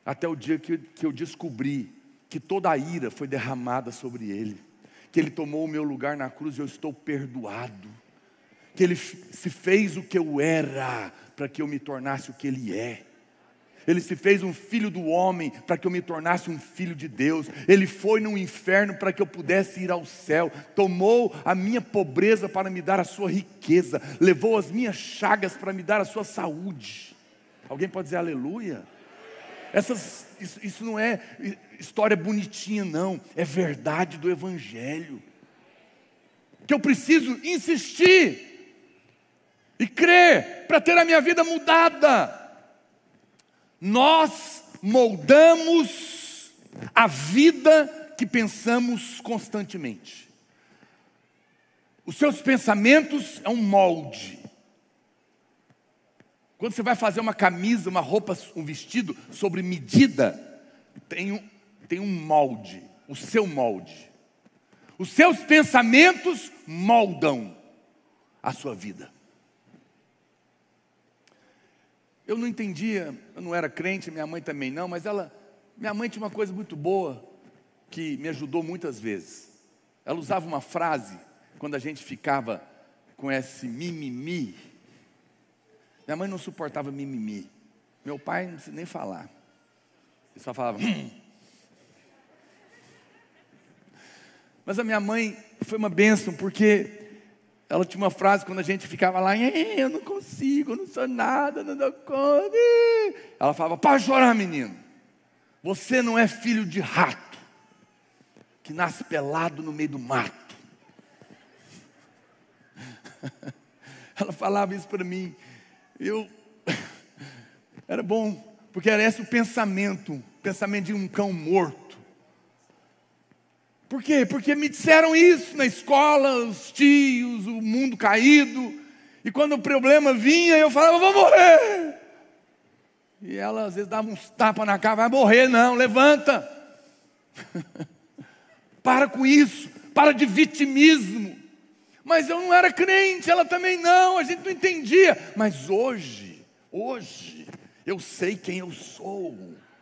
Speaker 1: Até o dia que, que eu descobri que toda a ira foi derramada sobre Ele, que Ele tomou o meu lugar na cruz e eu estou perdoado, que Ele se fez o que eu era para que eu me tornasse o que Ele é. Ele se fez um filho do homem para que eu me tornasse um filho de Deus. Ele foi no inferno para que eu pudesse ir ao céu. Tomou a minha pobreza para me dar a sua riqueza. Levou as minhas chagas para me dar a sua saúde. Alguém pode dizer aleluia? Essas, isso, isso não é história bonitinha não. É verdade do Evangelho. Que eu preciso insistir e crer para ter a minha vida mudada. Nós moldamos a vida que pensamos constantemente. Os seus pensamentos é um molde. Quando você vai fazer uma camisa, uma roupa, um vestido sobre medida, tem um, tem um molde, o seu molde. Os seus pensamentos moldam a sua vida. Eu não entendia, eu não era crente, minha mãe também não, mas ela, minha mãe tinha uma coisa muito boa, que me ajudou muitas vezes. Ela usava uma frase, quando a gente ficava com esse mimimi. Minha mãe não suportava mimimi. Meu pai não precisa nem falar. Ele só falava... Hum. Mas a minha mãe foi uma bênção, porque... ela tinha uma frase quando a gente ficava lá, eu não consigo, eu não sou nada, não dou conta. Ela falava, para chorar, menino. Você não é filho de rato, que nasce pelado no meio do mato. Ela falava isso para mim. Eu, era bom, porque era esse o pensamento, o pensamento de um cão morto. Por quê? Porque me disseram isso na escola, os tios, o mundo caído. E quando o problema vinha, eu falava, eu vou morrer. E ela às vezes dava uns tapas na cara, vai morrer não, levanta. Para com isso, para de vitimismo. Mas eu não era crente, ela também não, a gente não entendia. Mas hoje, hoje, eu sei quem eu sou.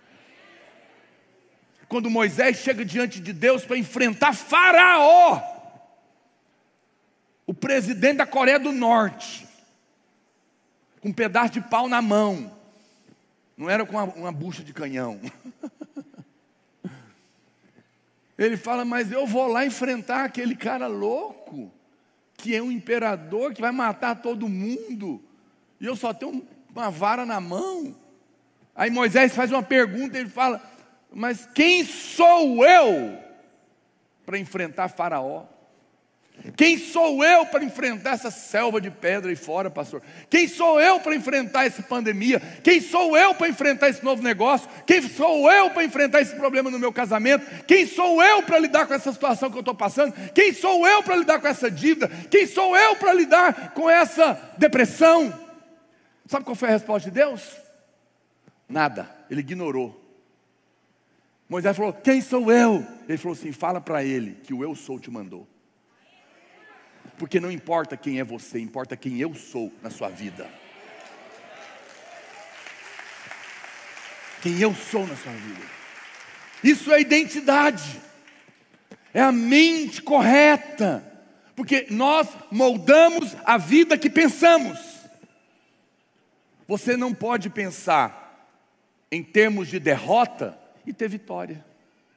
Speaker 1: Quando Moisés chega diante de Deus para enfrentar Faraó, o presidente da Coreia do Norte, com um pedaço de pau na mão, não era com uma, uma bucha de canhão. Ele fala, mas eu vou lá enfrentar aquele cara louco, que é um imperador, que vai matar todo mundo, e eu só tenho uma vara na mão. Aí Moisés faz uma pergunta, ele fala, mas quem sou eu para enfrentar Faraó? Quem sou eu para enfrentar essa selva de pedra aí fora, pastor? Quem sou eu para enfrentar essa pandemia? Quem sou eu para enfrentar esse novo negócio? Quem sou eu para enfrentar esse problema no meu casamento? Quem sou eu para lidar com essa situação que eu estou passando? Quem sou eu para lidar com essa dívida? Quem sou eu para lidar com essa depressão? Sabe qual foi a resposta de Deus? Nada, ele ignorou. Moisés falou, quem sou eu? Ele falou assim, fala para ele que o eu sou te mandou. Porque não importa quem é você, importa quem eu sou na sua vida. Quem eu sou na sua vida. Isso é identidade. É a mente correta. Porque nós moldamos a vida que pensamos. Você não pode pensar em termos de derrota e ter vitória.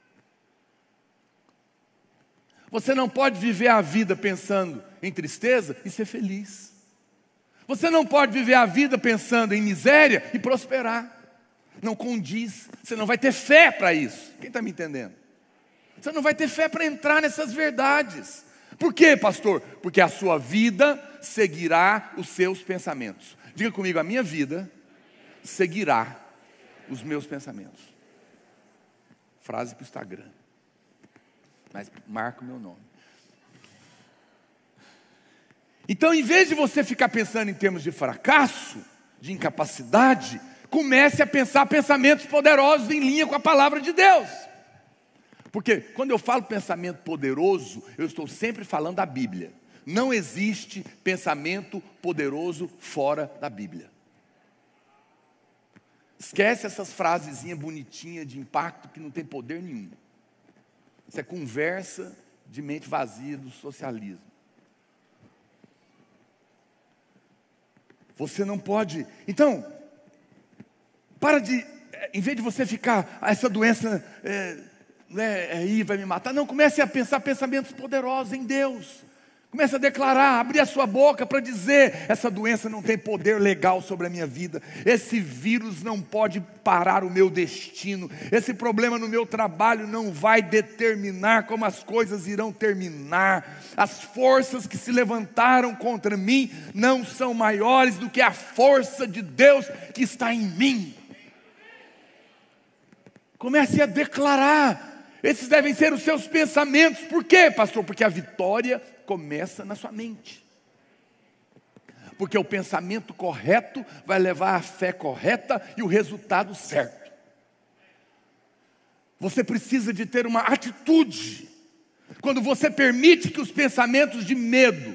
Speaker 1: Você não pode viver a vida pensando em tristeza e ser feliz. Você não pode viver a vida pensando em miséria e prosperar. Não condiz. Você não vai ter fé para isso. Quem está me entendendo? Você não vai ter fé para entrar nessas verdades. Por quê, pastor? Porque a sua vida seguirá os seus pensamentos. Diga comigo, a minha vida seguirá os meus pensamentos. Frase para o Instagram. Mas marca o meu nome. Então, em vez de você ficar pensando em termos de fracasso, de incapacidade, comece a pensar pensamentos poderosos em linha com a palavra de Deus. Porque quando eu falo pensamento poderoso, eu estou sempre falando da Bíblia. Não existe pensamento poderoso fora da Bíblia. Esquece essas frasezinhas bonitinhas de impacto que não tem poder nenhum. Isso é conversa de mente vazia do socialismo. Você não pode... Então, para de... Em vez de você ficar, ah, essa doença é, né, aí vai me matar. Não, comece a pensar pensamentos poderosos em Deus. Comece a declarar, abrir a sua boca para dizer: essa doença não tem poder legal sobre a minha vida. Esse vírus não pode parar o meu destino. Esse problema no meu trabalho não vai determinar como as coisas irão terminar. As forças que se levantaram contra mim não são maiores do que a força de Deus que está em mim. Comece a declarar. Esses devem ser os seus pensamentos. Por quê, pastor? Porque a vitória começa na sua mente. Porque o pensamento correto vai levar à fé correta e o resultado certo. Você precisa de ter uma atitude. Quando você permite que os pensamentos de medo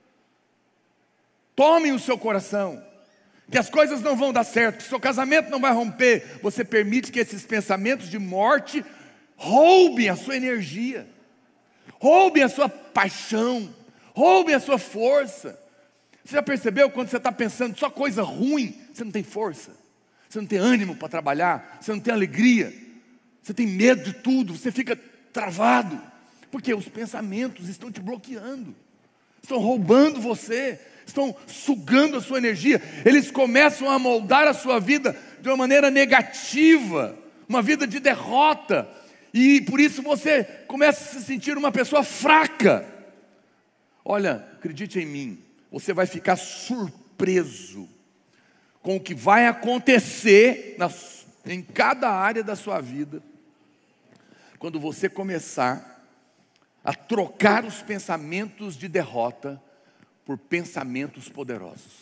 Speaker 1: tomem o seu coração, que as coisas não vão dar certo, que seu casamento não vai romper, você permite que esses pensamentos de morte roubem a sua energia, roubem a sua paixão, roubem a sua força. Você já percebeu, quando você está pensando só coisa ruim, você não tem força, você não tem ânimo para trabalhar, você não tem alegria, você tem medo de tudo, você fica travado, porque os pensamentos estão te bloqueando, estão roubando você, estão sugando a sua energia. Eles começam a moldar a sua vida de uma maneira negativa, uma vida de derrota, e por isso você começa a se sentir uma pessoa fraca. Olha, acredite em mim, você vai ficar surpreso com o que vai acontecer nas, em cada área da sua vida, quando você começar a trocar os pensamentos de derrota por pensamentos poderosos.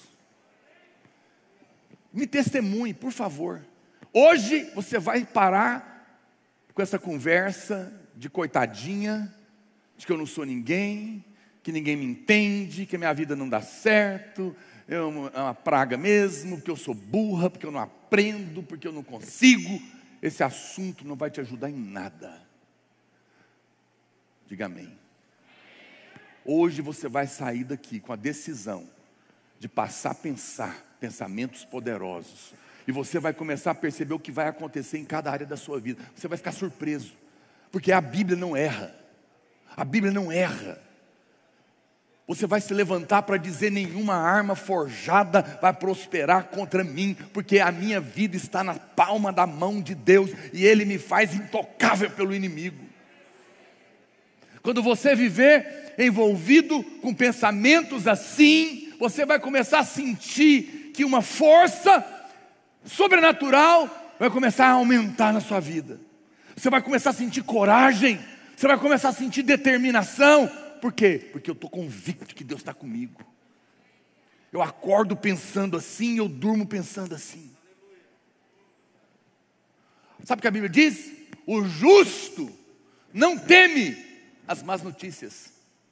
Speaker 1: Me testemunhe, por favor. Hoje você vai parar com essa conversa de coitadinha, de que eu não sou ninguém, que ninguém me entende, que a minha vida não dá certo, eu, é uma praga mesmo, porque eu sou burra, porque eu não aprendo, porque eu não consigo. Esse assunto não vai te ajudar em nada. Diga amém. Hoje você vai sair daqui com a decisão de passar a pensar pensamentos poderosos. E você vai começar a perceber o que vai acontecer em cada área da sua vida. Você vai ficar surpreso, porque a Bíblia não erra. A Bíblia não erra. Você vai se levantar para dizer: nenhuma arma forjada vai prosperar contra mim, porque a minha vida está na palma da mão de Deus, e Ele me faz intocável pelo inimigo. Quando você viver envolvido com pensamentos assim, você vai começar a sentir que uma força sobrenatural vai começar a aumentar na sua vida. Você vai começar a sentir coragem, você vai começar a sentir determinação. Por quê? Porque eu estou convicto que Deus está comigo. Eu acordo pensando assim, eu durmo pensando assim. Sabe o que a Bíblia diz? O justo não teme as más notícias.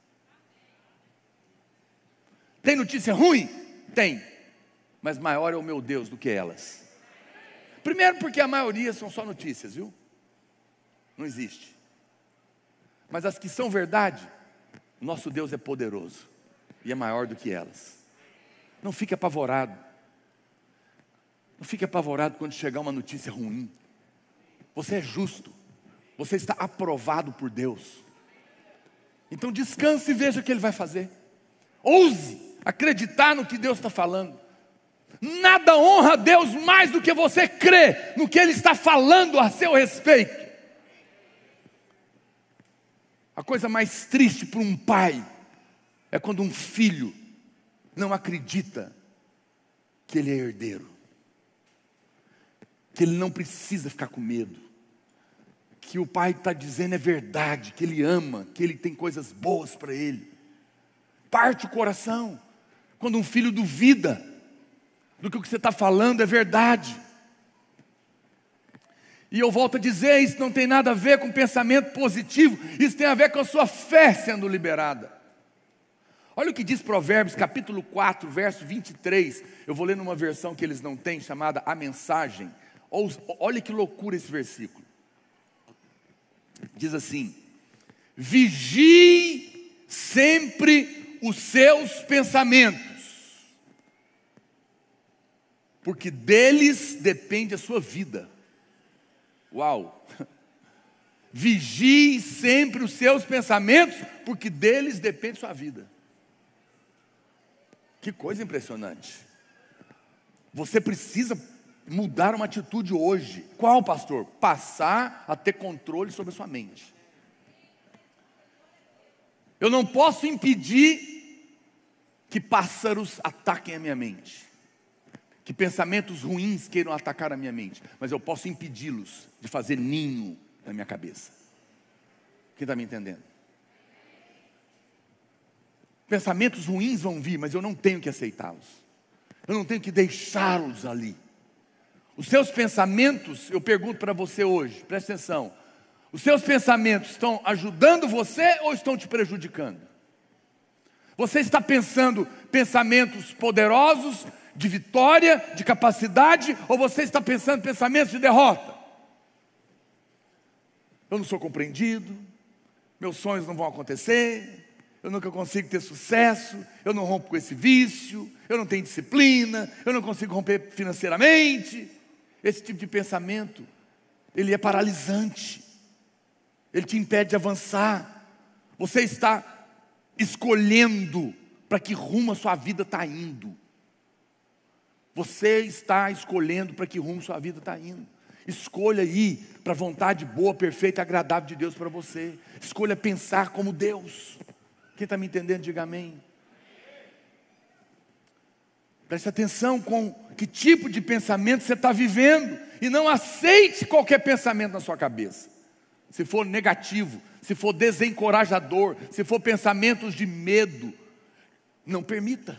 Speaker 1: Tem notícia ruim? Tem. Mas maior é o meu Deus do que elas. Primeiro porque a maioria são só notícias, viu? Não existe. Mas as que são verdade, nosso Deus é poderoso e é maior do que elas. Não fique apavorado. Não fique apavorado quando chegar uma notícia ruim. Você é justo. Você está aprovado por Deus. Então descanse e veja o que Ele vai fazer. Ouse acreditar no que Deus está falando. Nada honra a Deus mais do que você crer no que Ele está falando a seu respeito. A coisa mais triste para um pai é quando um filho não acredita que ele é herdeiro, que ele não precisa ficar com medo, que o pai está dizendo é verdade, que ele ama, que ele tem coisas boas para ele. Parte o coração quando um filho duvida do que o que você está falando é verdade. E eu volto a dizer, isso não tem nada a ver com pensamento positivo, isso tem a ver com a sua fé sendo liberada. Olha o que diz Provérbios capítulo quatro, verso vinte e três. Eu vou ler numa versão que eles não têm, chamada A Mensagem. Olha que loucura esse versículo. Diz assim: vigie sempre os seus pensamentos, porque deles depende a sua vida. Uau! Vigie sempre os seus pensamentos, porque deles depende a sua vida. Que coisa impressionante. Você precisa mudar uma atitude hoje. Qual, pastor? Passar a ter controle sobre a sua mente. Eu não posso impedir que pássaros ataquem a minha mente, que pensamentos ruins queiram atacar a minha mente, mas eu posso impedi-los de fazer ninho na minha cabeça. Quem está me entendendo? Pensamentos ruins vão vir, mas eu não tenho que aceitá-los. Eu não tenho que deixá-los ali. Os seus pensamentos, eu pergunto para você hoje, presta atenção. Os seus pensamentos estão ajudando você ou estão te prejudicando? Você está pensando pensamentos poderosos, de vitória, de capacidade, ou você está pensando pensamentos de derrota? Eu não sou compreendido, meus sonhos não vão acontecer, eu nunca consigo ter sucesso, eu não rompo com esse vício, eu não tenho disciplina, eu não consigo romper financeiramente. Esse tipo de pensamento, ele é paralisante, ele te impede de avançar. Você está escolhendo para que rumo a sua vida está indo. Você está escolhendo para que rumo a sua vida está indo. Escolha ir para a vontade boa, perfeita e agradável de Deus para você. Escolha pensar como Deus. Quem está me entendendo, diga amém. Preste atenção com que tipo de pensamento você está vivendo. E não aceite qualquer pensamento na sua cabeça. Se for negativo, se for desencorajador, se for pensamentos de medo, não permita.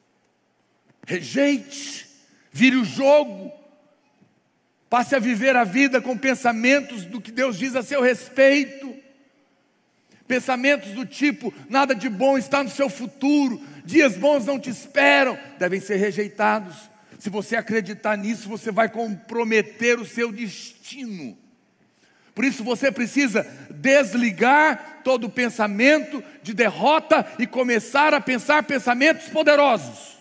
Speaker 1: Rejeite, vire o jogo. Passe a viver a vida com pensamentos do que Deus diz a seu respeito. Pensamentos do tipo, nada de bom está no seu futuro, dias bons não te esperam, devem ser rejeitados. Se você acreditar nisso, você vai comprometer o seu destino. Por isso você precisa desligar todo pensamento de derrota e começar a pensar pensamentos poderosos.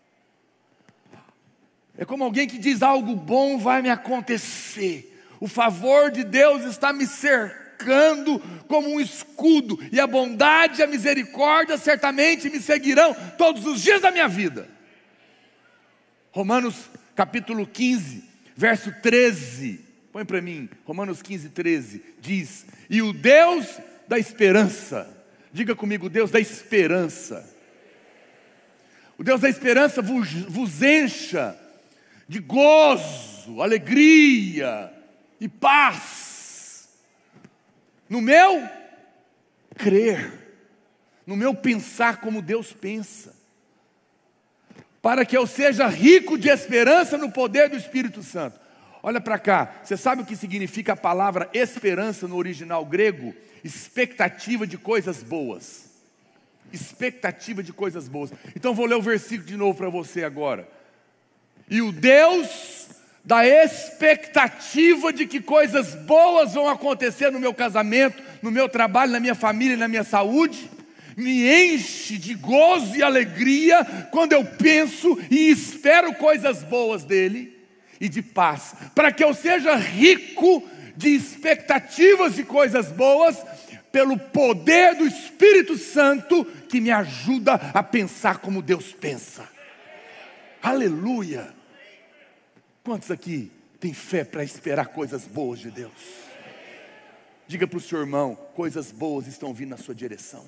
Speaker 1: É como alguém que diz, algo bom vai me acontecer. O favor de Deus está me cercando como um escudo. E a bondade e a misericórdia certamente me seguirão todos os dias da minha vida. Romanos capítulo quinze, verso treze. Põe para mim, Romanos quinze, treze. Diz, e o Deus da esperança. Diga comigo, Deus da esperança. O Deus da esperança vos, vos encha de gozo, alegria e paz no meu crer, no meu pensar como Deus pensa, para que eu seja rico de esperança no poder do Espírito Santo. Olha para cá, você sabe o que significa a palavra esperança no original grego? Expectativa de coisas boas. Expectativa de coisas boas. Então vou ler o versículo de novo para você agora. E o Deus da expectativa de que coisas boas vão acontecer no meu casamento, no meu trabalho, na minha família e na minha saúde, me enche de gozo e alegria quando eu penso e espero coisas boas dele e de paz, para que eu seja rico de expectativas de coisas boas, pelo poder do Espírito Santo que me ajuda a pensar como Deus pensa. Aleluia! Quantos aqui têm fé para esperar coisas boas de Deus? Diga para o seu irmão, coisas boas estão vindo na sua direção.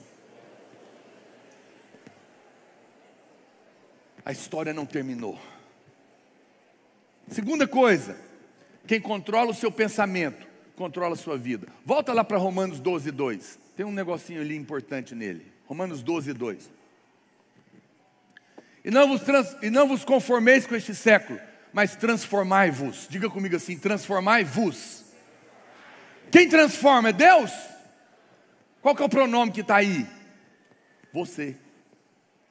Speaker 1: A história não terminou. Segunda coisa, quem controla o seu pensamento, controla a sua vida. Volta lá para Romanos doze, dois. Tem um negocinho ali importante nele. Romanos doze, dois. E não vos, trans, e não vos conformeis com este século, mas transformai-vos. Diga comigo assim, transformai-vos. Quem transforma é Deus? Qual que é o pronome que está aí? Você.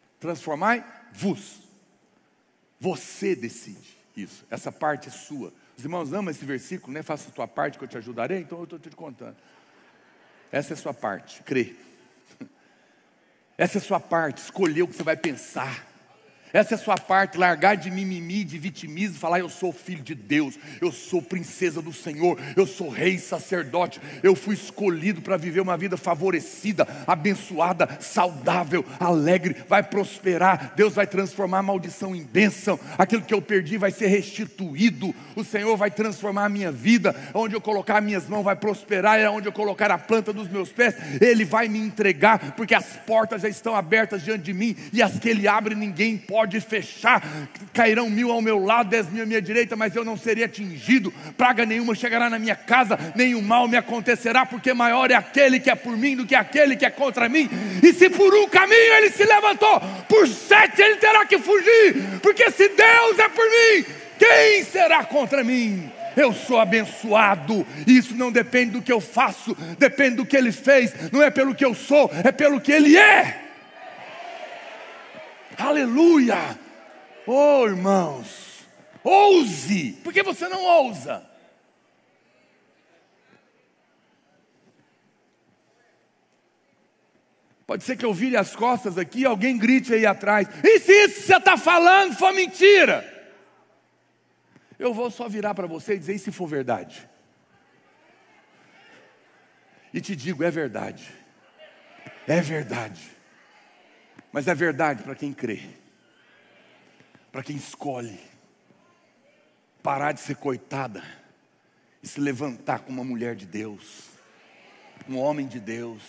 Speaker 1: Transformai-vos. Você decide isso. Essa parte é sua. Os irmãos amam esse versículo, né? Faça a tua parte que eu te ajudarei. Então eu estou te contando. Essa é a sua parte, crê. Essa é a sua parte, escolher o que você vai pensar. Essa é a sua parte, largar de mimimi, de vitimismo, falar: eu sou filho de Deus, eu sou princesa do Senhor, eu sou rei, sacerdote, eu fui escolhido para viver uma vida favorecida, abençoada, saudável, alegre, vai prosperar, Deus vai transformar a maldição em bênção, aquilo que eu perdi vai ser restituído, o Senhor vai transformar a minha vida, onde eu colocar as minhas mãos vai prosperar, é onde eu colocar a planta dos meus pés, Ele vai me entregar, porque as portas já estão abertas diante de mim, e as que Ele abre ninguém pode pode fechar. Cairão mil ao meu lado, dez mil à minha direita, mas eu não serei atingido. Praga nenhuma chegará na minha casa, nenhum mal me acontecerá, porque maior é aquele que é por mim do que aquele que é contra mim. E se por um caminho ele se levantou, por sete ele terá que fugir, porque se Deus é por mim, quem será contra mim? Eu sou abençoado. Isso não depende do que eu faço, depende do que Ele fez. Não é pelo que eu sou, é pelo que Ele é. Aleluia! Oh, irmãos, ouse! Por que você não ousa? Pode ser que eu vire as costas aqui, alguém grite aí atrás: e se isso que você está falando for mentira? Eu vou só virar para você e dizer: e se for verdade? E te digo: é verdade. É verdade. Mas é verdade para quem crê, para quem escolhe parar de ser coitada e se levantar como uma mulher de Deus, um homem de Deus,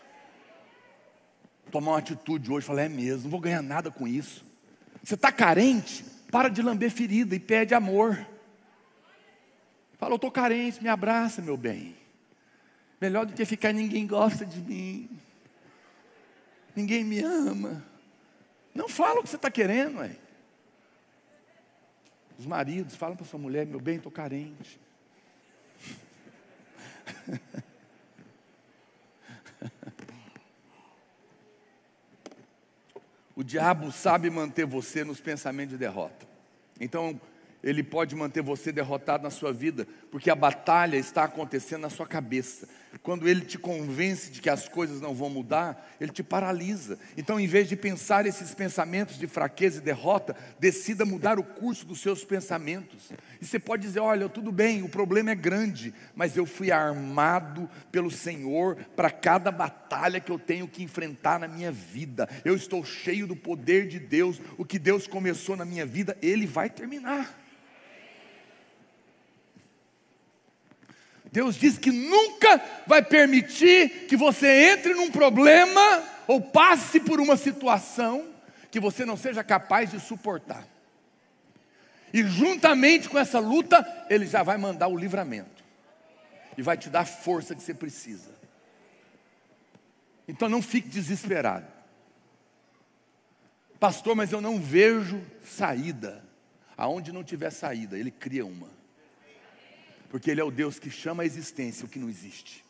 Speaker 1: tomar uma atitude hoje, falar: é mesmo, não vou ganhar nada com isso. Você está carente? Para de lamber ferida e pede amor. Fala: eu estou carente, me abraça, meu bem. Melhor do que ficar: ninguém gosta de mim, ninguém me ama. Não fala o que você está querendo, ué. Os maridos falam para sua mulher: meu bem, estou carente. O diabo sabe manter você nos pensamentos de derrota. Então, ele pode manter você derrotado na sua vida, porque a batalha está acontecendo na sua cabeça. Quando ele te convence de que as coisas não vão mudar, ele te paralisa. Então, em vez de pensar esses pensamentos de fraqueza e derrota, decida mudar o curso dos seus pensamentos. E você pode dizer: olha, tudo bem, o problema é grande, mas eu fui armado pelo Senhor para cada batalha que eu tenho que enfrentar na minha vida. Eu estou cheio do poder de Deus. O que Deus começou na minha vida, Ele vai terminar. Deus diz que nunca vai permitir que você entre num problema ou passe por uma situação que você não seja capaz de suportar. E juntamente com essa luta, Ele já vai mandar o livramento e vai te dar a força que você precisa. Então não fique desesperado. Pastor, mas eu não vejo saída. Aonde não tiver saída, Ele cria uma. Porque Ele é o Deus que chama a existência o que não existe.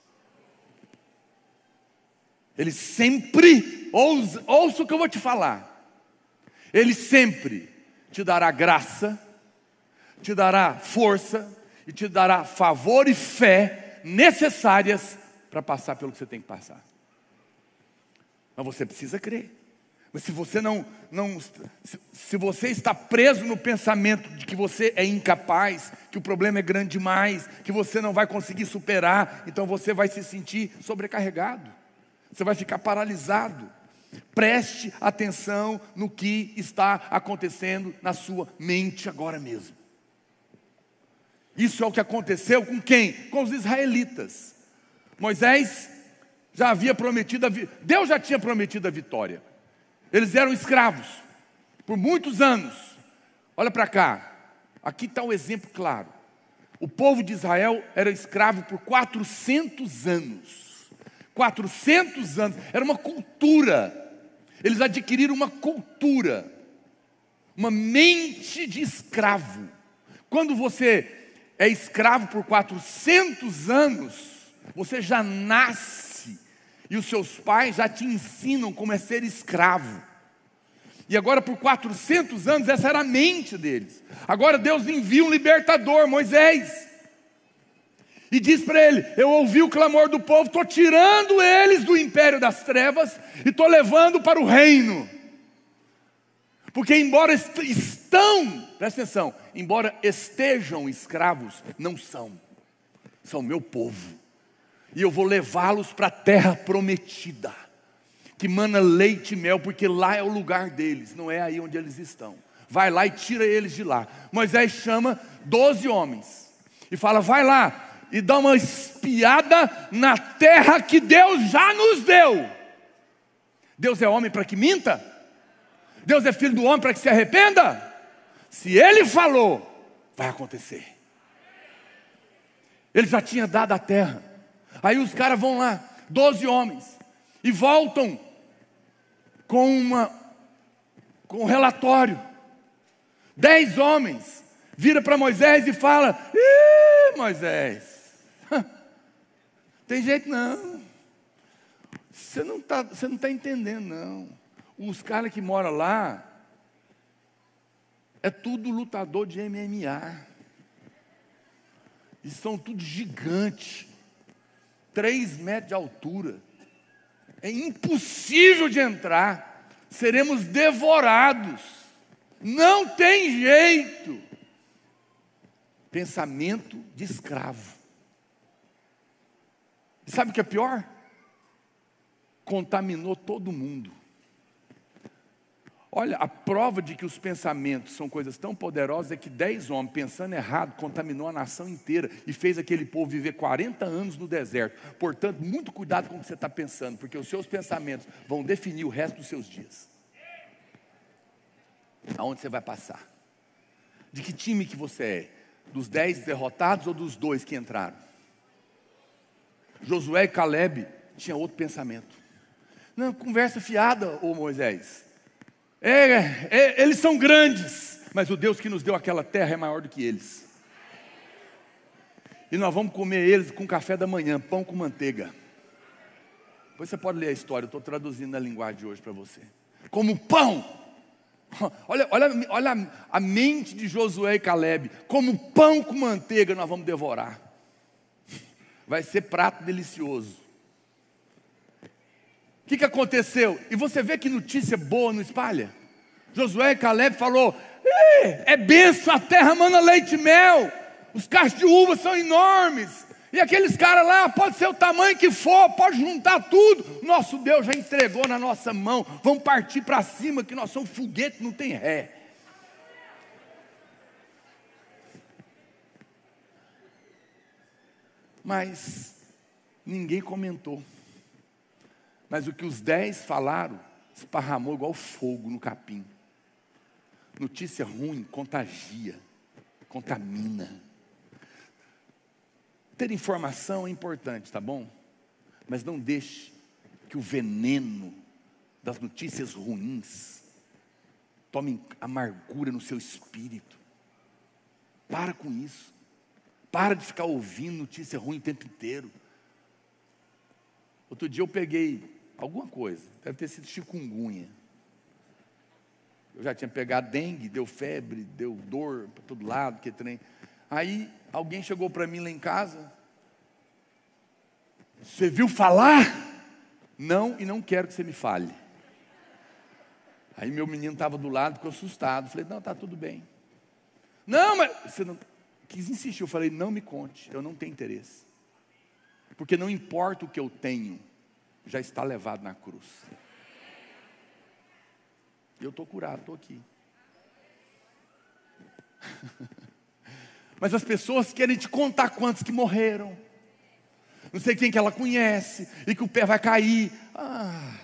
Speaker 1: Ele sempre, ouça, ouça o que eu vou te falar. Ele sempre te dará graça, te dará força e te dará favor e fé necessárias para passar pelo que você tem que passar. Mas você precisa crer. Mas se você não, não se, se você está preso no pensamento de que você é incapaz, que o problema é grande demais, que você não vai conseguir superar, então você vai se sentir sobrecarregado. Você vai ficar paralisado. Preste atenção no que está acontecendo na sua mente agora mesmo. Isso é o que aconteceu com quem? Com os israelitas. Moisés já havia prometido, a vi... Deus já tinha prometido a vitória. Eles eram escravos por muitos anos. Olha para cá, aqui está um exemplo claro. O povo de Israel era escravo por quatrocentos anos. quatrocentos anos, era uma cultura. Eles adquiriram uma cultura, uma mente de escravo. Quando você é escravo por quatrocentos anos, você já nasce e os seus pais já te ensinam como é ser escravo. E agora por quatrocentos anos essa era a mente deles. Agora Deus envia um libertador, Moisés. E diz para ele: eu ouvi o clamor do povo, estou tirando eles do império das trevas e estou levando para o reino. Porque embora est- estão, presta atenção, embora estejam escravos, não são. São meu povo. E eu vou levá-los para a terra prometida, que mana leite e mel, porque lá é o lugar deles, não é aí onde eles estão. Vai lá e tira eles de lá. Moisés chama doze homens e fala: vai lá e dá uma espiada na terra que Deus já nos deu. Deus é homem para que minta? Deus é filho do homem para que se arrependa? Se Ele falou, vai acontecer. Ele já tinha dado a terra. Aí os caras vão lá, doze homens, e voltam com, uma, com um relatório. Dez homens vira para Moisés e fala: ih, Moisés, tem jeito não. Você não está você não tá entendendo não. Os caras que moram lá é tudo lutador de M M A. E são tudo gigante. Três metros de altura. É impossível de entrar. Seremos devorados. Não tem jeito. Pensamento de escravo. E sabe o que é pior? Contaminou todo mundo. Olha, a prova de que os pensamentos são coisas tão poderosas é que dez homens pensando errado contaminou a nação inteira e fez aquele povo viver quarenta anos no deserto. Portanto, muito cuidado com o que você está pensando, porque os seus pensamentos vão definir o resto dos seus dias. Aonde você vai passar? De que time que você é? Dos dez derrotados ou dos dois que entraram? Josué e Caleb tinham outro pensamento. Não, conversa fiada, ô Moisés. É, é, eles são grandes, mas o Deus que nos deu aquela terra é maior do que eles. E nós vamos comer eles com café da manhã, pão com manteiga. Depois você pode ler a história, eu estou traduzindo na linguagem de hoje para você. Como pão. Olha, olha, olha a mente de Josué e Caleb. Como pão com manteiga nós vamos devorar. Vai ser prato delicioso. O que, que aconteceu? E você vê que notícia boa não espalha? Josué e Caleb falou: é benção, a terra mana leite e mel, os cachos de uva são enormes, e aqueles caras lá, pode ser o tamanho que for, pode juntar tudo, nosso Deus já entregou na nossa mão, vamos partir para cima, que nós somos foguete, não tem ré. Mas ninguém comentou. Mas o que os dez falaram, esparramou igual fogo no capim. Notícia ruim contagia, contamina. Ter informação é importante, tá bom? Mas não deixe que o veneno das notícias ruins tome amargura no seu espírito. Para com isso. Para de ficar ouvindo notícia ruim o tempo inteiro. Outro dia eu peguei alguma coisa, deve ter sido chikungunya. Eu já tinha pegado dengue, deu febre, deu dor para todo lado, que trem. Aí alguém chegou para mim lá em casa: você viu falar? Não, e não quero que você me fale. Aí meu menino estava do lado, ficou assustado. Falei: não, está tudo bem. Não, mas você não quis insistir. Eu falei: não me conte, eu não tenho interesse. Porque não importa o que eu tenho, já está levado na cruz. Eu estou curado, estou aqui. Mas as pessoas querem te contar quantos que morreram. Não sei quem que ela conhece, e que o pé vai cair. Ah,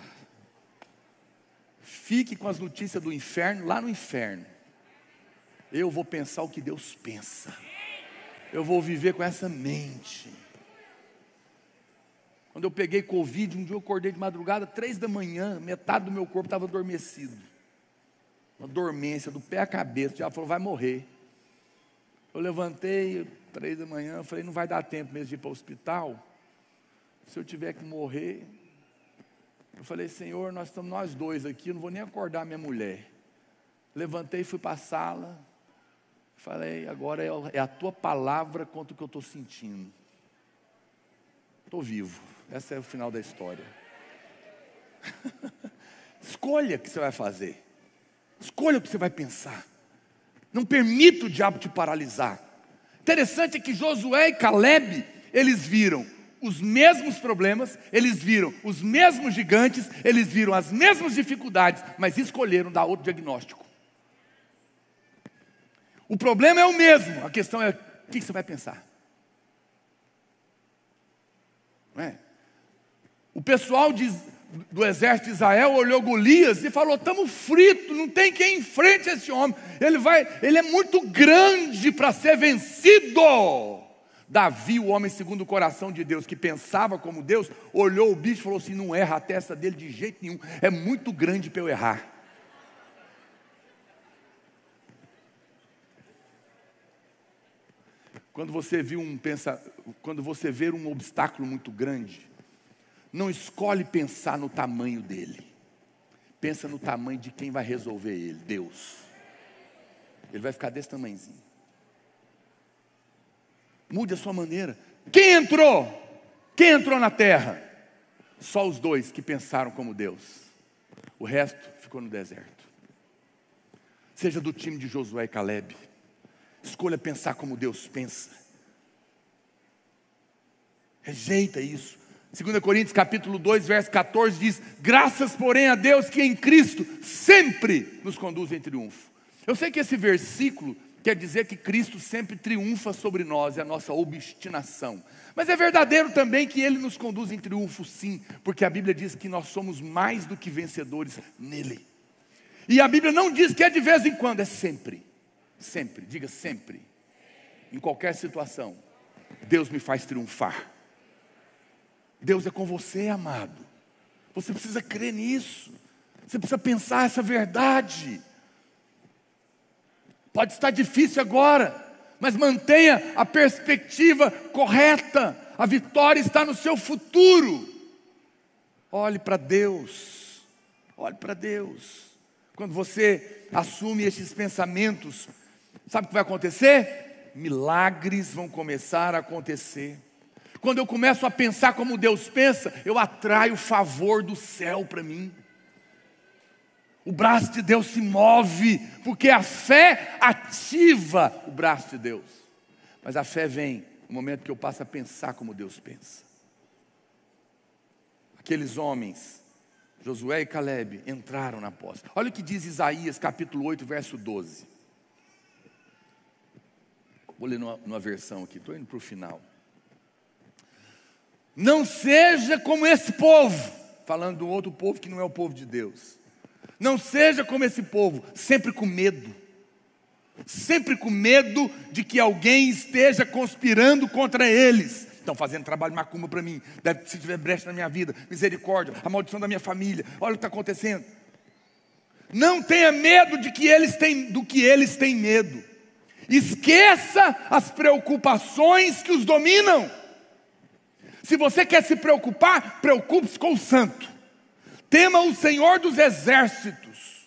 Speaker 1: fique com as notícias do inferno lá no inferno. Eu vou pensar o que Deus pensa. Eu vou viver com essa mente. Quando eu peguei Covid, um dia eu acordei de madrugada, três da manhã, metade do meu corpo estava adormecido. Uma dormência, do pé à cabeça. Já falou: vai morrer. Eu levantei, três da manhã, eu falei: não vai dar tempo mesmo de ir para o hospital. Se eu tiver que morrer, Eu falei, Senhor, nós estamos nós dois aqui, eu não vou nem acordar minha mulher. Levantei, fui para a sala, falei, agora é a tua palavra contra o que eu estou sentindo. Estou vivo, esse é o final da história. Escolha o que você vai fazer, escolha o que você vai pensar. Não permita o diabo te paralisar. Interessante é que Josué e Caleb, eles viram os mesmos problemas, eles viram os mesmos gigantes, eles viram as mesmas dificuldades, mas escolheram dar outro diagnóstico. O problema é o mesmo, a questão é o que você vai pensar. Não é? O pessoal de, do exército de Israel olhou Golias e falou, estamos fritos, não tem quem enfrente esse homem, ele, vai, ele é muito grande para ser vencido. Davi, o homem segundo o coração de Deus, que pensava como Deus, olhou o bicho e falou assim, não erra a testa dele de jeito nenhum, é muito grande para eu errar. Quando você, viu um, pensa, quando você vê um obstáculo muito grande, não escolhe pensar no tamanho dele. Pensa no tamanho de quem vai resolver ele, Deus. Ele vai ficar desse tamanhozinho. Mude a sua maneira. Quem entrou? Quem entrou na terra? Só os dois que pensaram como Deus. O resto ficou no deserto. Seja do time de Josué e Caleb. Escolha pensar como Deus pensa. Rejeita isso. Segunda Coríntios capítulo dois, verso quatorze diz, graças porém a Deus que em Cristo sempre nos conduz em triunfo. Eu sei que esse versículo quer dizer que Cristo sempre triunfa sobre nós, é a nossa obstinação. Mas é verdadeiro também que Ele nos conduz em triunfo sim, porque a Bíblia diz que nós somos mais do que vencedores nele. E a Bíblia não diz que é de vez em quando, é sempre. Sempre, diga sempre. Em qualquer situação, Deus me faz triunfar. Deus é com você, amado. Você precisa crer nisso. Você precisa pensar essa verdade. Pode estar difícil agora, mas mantenha a perspectiva correta. A vitória está no seu futuro. Olhe para Deus. Olhe para Deus. Quando você assume esses pensamentos, sabe o que vai acontecer? Milagres vão começar a acontecer. Quando eu começo a pensar como Deus pensa, eu atraio o favor do céu para mim. O braço de Deus se move, porque a fé ativa o braço de Deus. Mas a fé vem no momento que eu passo a pensar como Deus pensa. Aqueles homens, Josué e Caleb, entraram na posse. Olha o que diz Isaías capítulo oito, verso doze. Vou ler numa, numa versão aqui, estou indo para o final. Não seja como esse povo, falando de um outro povo que não é o povo de Deus. Não seja como esse povo, sempre com medo. Sempre com medo de que alguém esteja conspirando contra eles. Estão fazendo trabalho macumba para mim. Deve, se tiver brecha na minha vida, misericórdia, a maldição da minha família. Olha o que está acontecendo. Não tenha medo de que eles têm, do que eles têm medo. Esqueça as preocupações que os dominam. Se você quer se preocupar, preocupe-se com o santo. Tema o Senhor dos exércitos.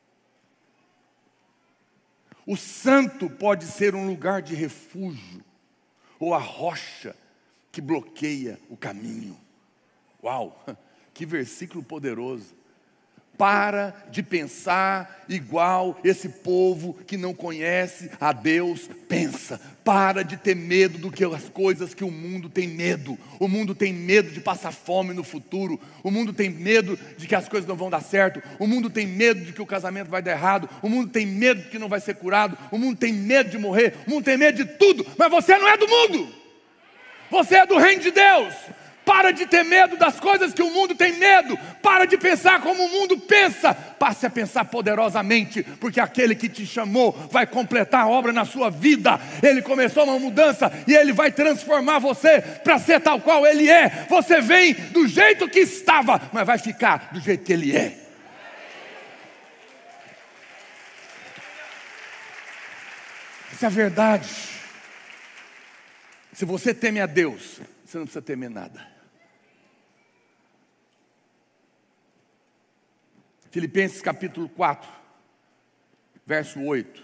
Speaker 1: O santo pode ser um lugar de refúgio, ou a rocha que bloqueia o caminho. Uau, que versículo poderoso. Para de pensar igual esse povo que não conhece a Deus pensa. Para de ter medo do que as coisas que o mundo tem medo. O mundo tem medo de passar fome no futuro. O mundo tem medo de que as coisas não vão dar certo. O mundo tem medo de que o casamento vai dar errado. O mundo tem medo de que não vai ser curado. O mundo tem medo de morrer. O mundo tem medo de tudo. Mas você não é do mundo. Você é do reino de Deus. Para de ter medo das coisas que o mundo tem medo. Para de pensar como o mundo pensa. Passe a pensar poderosamente, porque aquele que te chamou vai completar a obra na sua vida. Ele começou uma mudança e Ele vai transformar você para ser tal qual Ele é. Você vem do jeito que estava, mas vai ficar do jeito que Ele é. Essa é a verdade. Se você teme a Deus, você não precisa temer nada. Filipenses capítulo quatro, verso oito.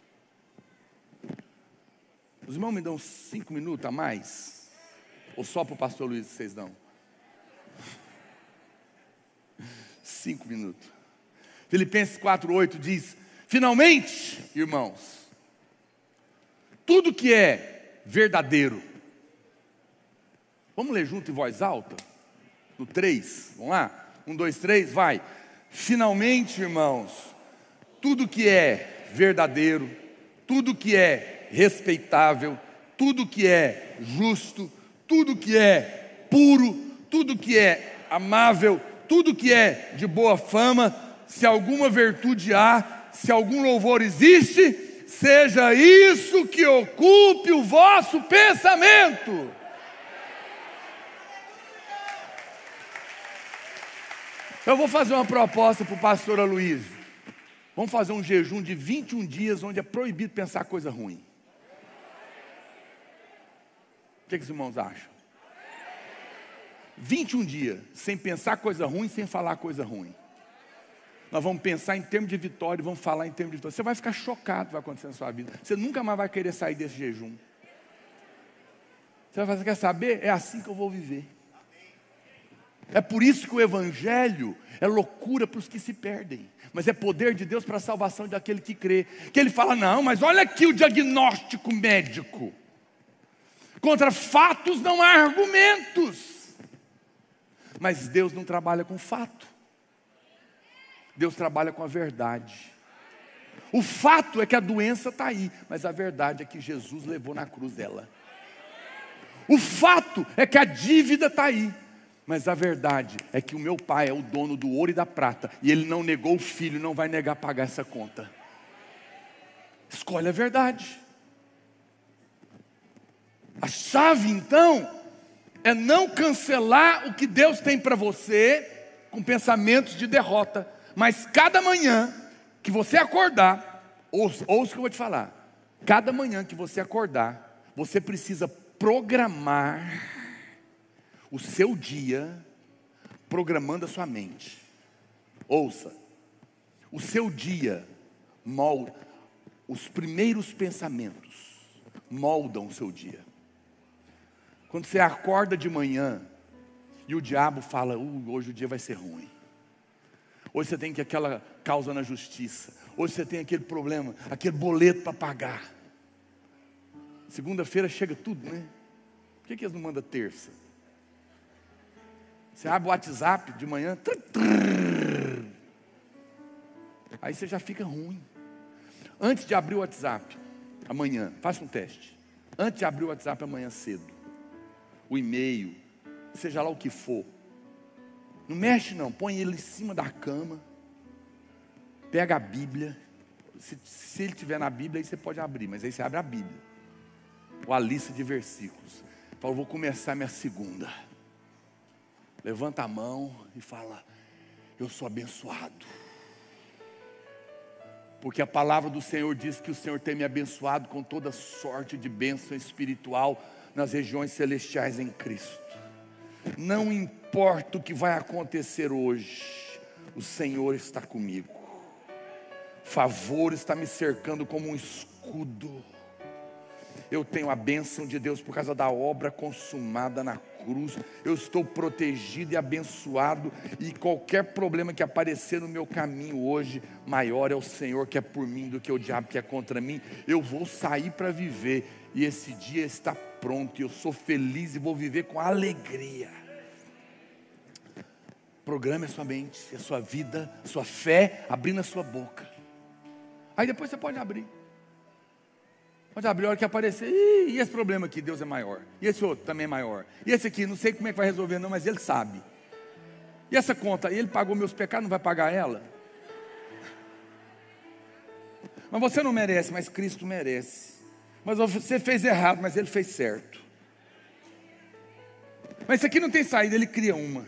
Speaker 1: Os irmãos me dão cinco minutos a mais? Ou só para o pastor Luiz vocês dão? Cinco minutos. Filipenses quatro, oito diz: finalmente, irmãos, tudo que é verdadeiro. Vamos ler junto em voz alta? No três, vamos lá? Um, dois, três, vai. Finalmente, irmãos, tudo que é verdadeiro, tudo que é respeitável, tudo que é justo, tudo que é puro, tudo que é amável, tudo que é de boa fama, se alguma virtude há, se algum louvor existe, seja isso que ocupe o vosso pensamento. Eu vou fazer uma proposta para o pastor Aloysio. Vamos fazer um jejum de vinte e um dias, onde é proibido pensar coisa ruim. O que, que os irmãos acham? vinte e um dias, sem pensar coisa ruim, sem falar coisa ruim. Nós vamos pensar em termos de vitória e vamos falar em termos de vitória. Você vai ficar chocado com o que vai acontecer na sua vida. Você nunca mais vai querer sair desse jejum. Você vai fazer, quer saber? É assim que eu vou viver. É por isso que o evangelho é loucura para os que se perdem, mas é poder de Deus para a salvação daquele que crê. Que ele fala, não, mas olha aqui o diagnóstico médico. Contra fatos não há argumentos. Mas Deus não trabalha com fato. Deus trabalha com a verdade. O fato é que a doença está aí, mas a verdade é que Jesus levou na cruz ela. O fato é que a dívida está aí, mas a verdade é que o meu pai é o dono do ouro e da prata, e ele não negou o filho, não vai negar pagar essa conta. Escolhe a verdade. A chave então é não cancelar o que Deus tem para você com pensamentos de derrota, mas cada manhã que você acordar, ouça, ouça o que eu vou te falar, cada manhã que você acordar, você precisa programar o seu dia, programando a sua mente. Ouça, o seu dia molda, os primeiros pensamentos moldam o seu dia. Quando você acorda de manhã e o diabo fala, uh, hoje o dia vai ser ruim. Hoje você tem que aquela causa na justiça. Hoje você tem aquele problema, aquele boleto para pagar. Segunda-feira chega tudo, né? Por que, que eles não mandam terça? Você abre o WhatsApp de manhã, trrr, trrr, aí você já fica ruim. Antes de abrir o WhatsApp, amanhã, faça um teste. Antes de abrir o WhatsApp amanhã cedo, o e-mail, seja lá o que for, não mexe não, põe ele em cima da cama, pega a Bíblia, se, se ele estiver na Bíblia, aí você pode abrir, mas aí você abre a Bíblia, ou a lista de versículos, fala, vou começar minha segunda, levanta a mão e fala, eu sou abençoado, porque a palavra do Senhor diz que o Senhor tem me abençoado com toda sorte de bênção espiritual, nas regiões celestiais em Cristo. Não importa o que vai acontecer hoje, o Senhor está comigo. Favor está me cercando como um escudo. Eu tenho a bênção de Deus por causa da obra consumada na cruz. Eu estou protegido e abençoado, e qualquer problema que aparecer no meu caminho hoje, maior é o Senhor que é por mim do que o diabo que é contra mim. Eu vou sair para viver, e esse dia está pronto, e eu sou feliz e vou viver com alegria. Programe a sua mente, a sua vida, a sua fé, abrindo a sua boca. Aí depois você pode abrir. Pode abrir a hora que aparecer. Ih, e esse problema aqui, Deus é maior. E esse outro também é maior. E esse aqui, não sei como é que vai resolver não, mas Ele sabe. E essa conta, Ele pagou meus pecados, não vai pagar ela? Mas você não merece, mas Cristo merece. Mas você fez errado, mas Ele fez certo. Mas isso aqui não tem saída, Ele cria uma.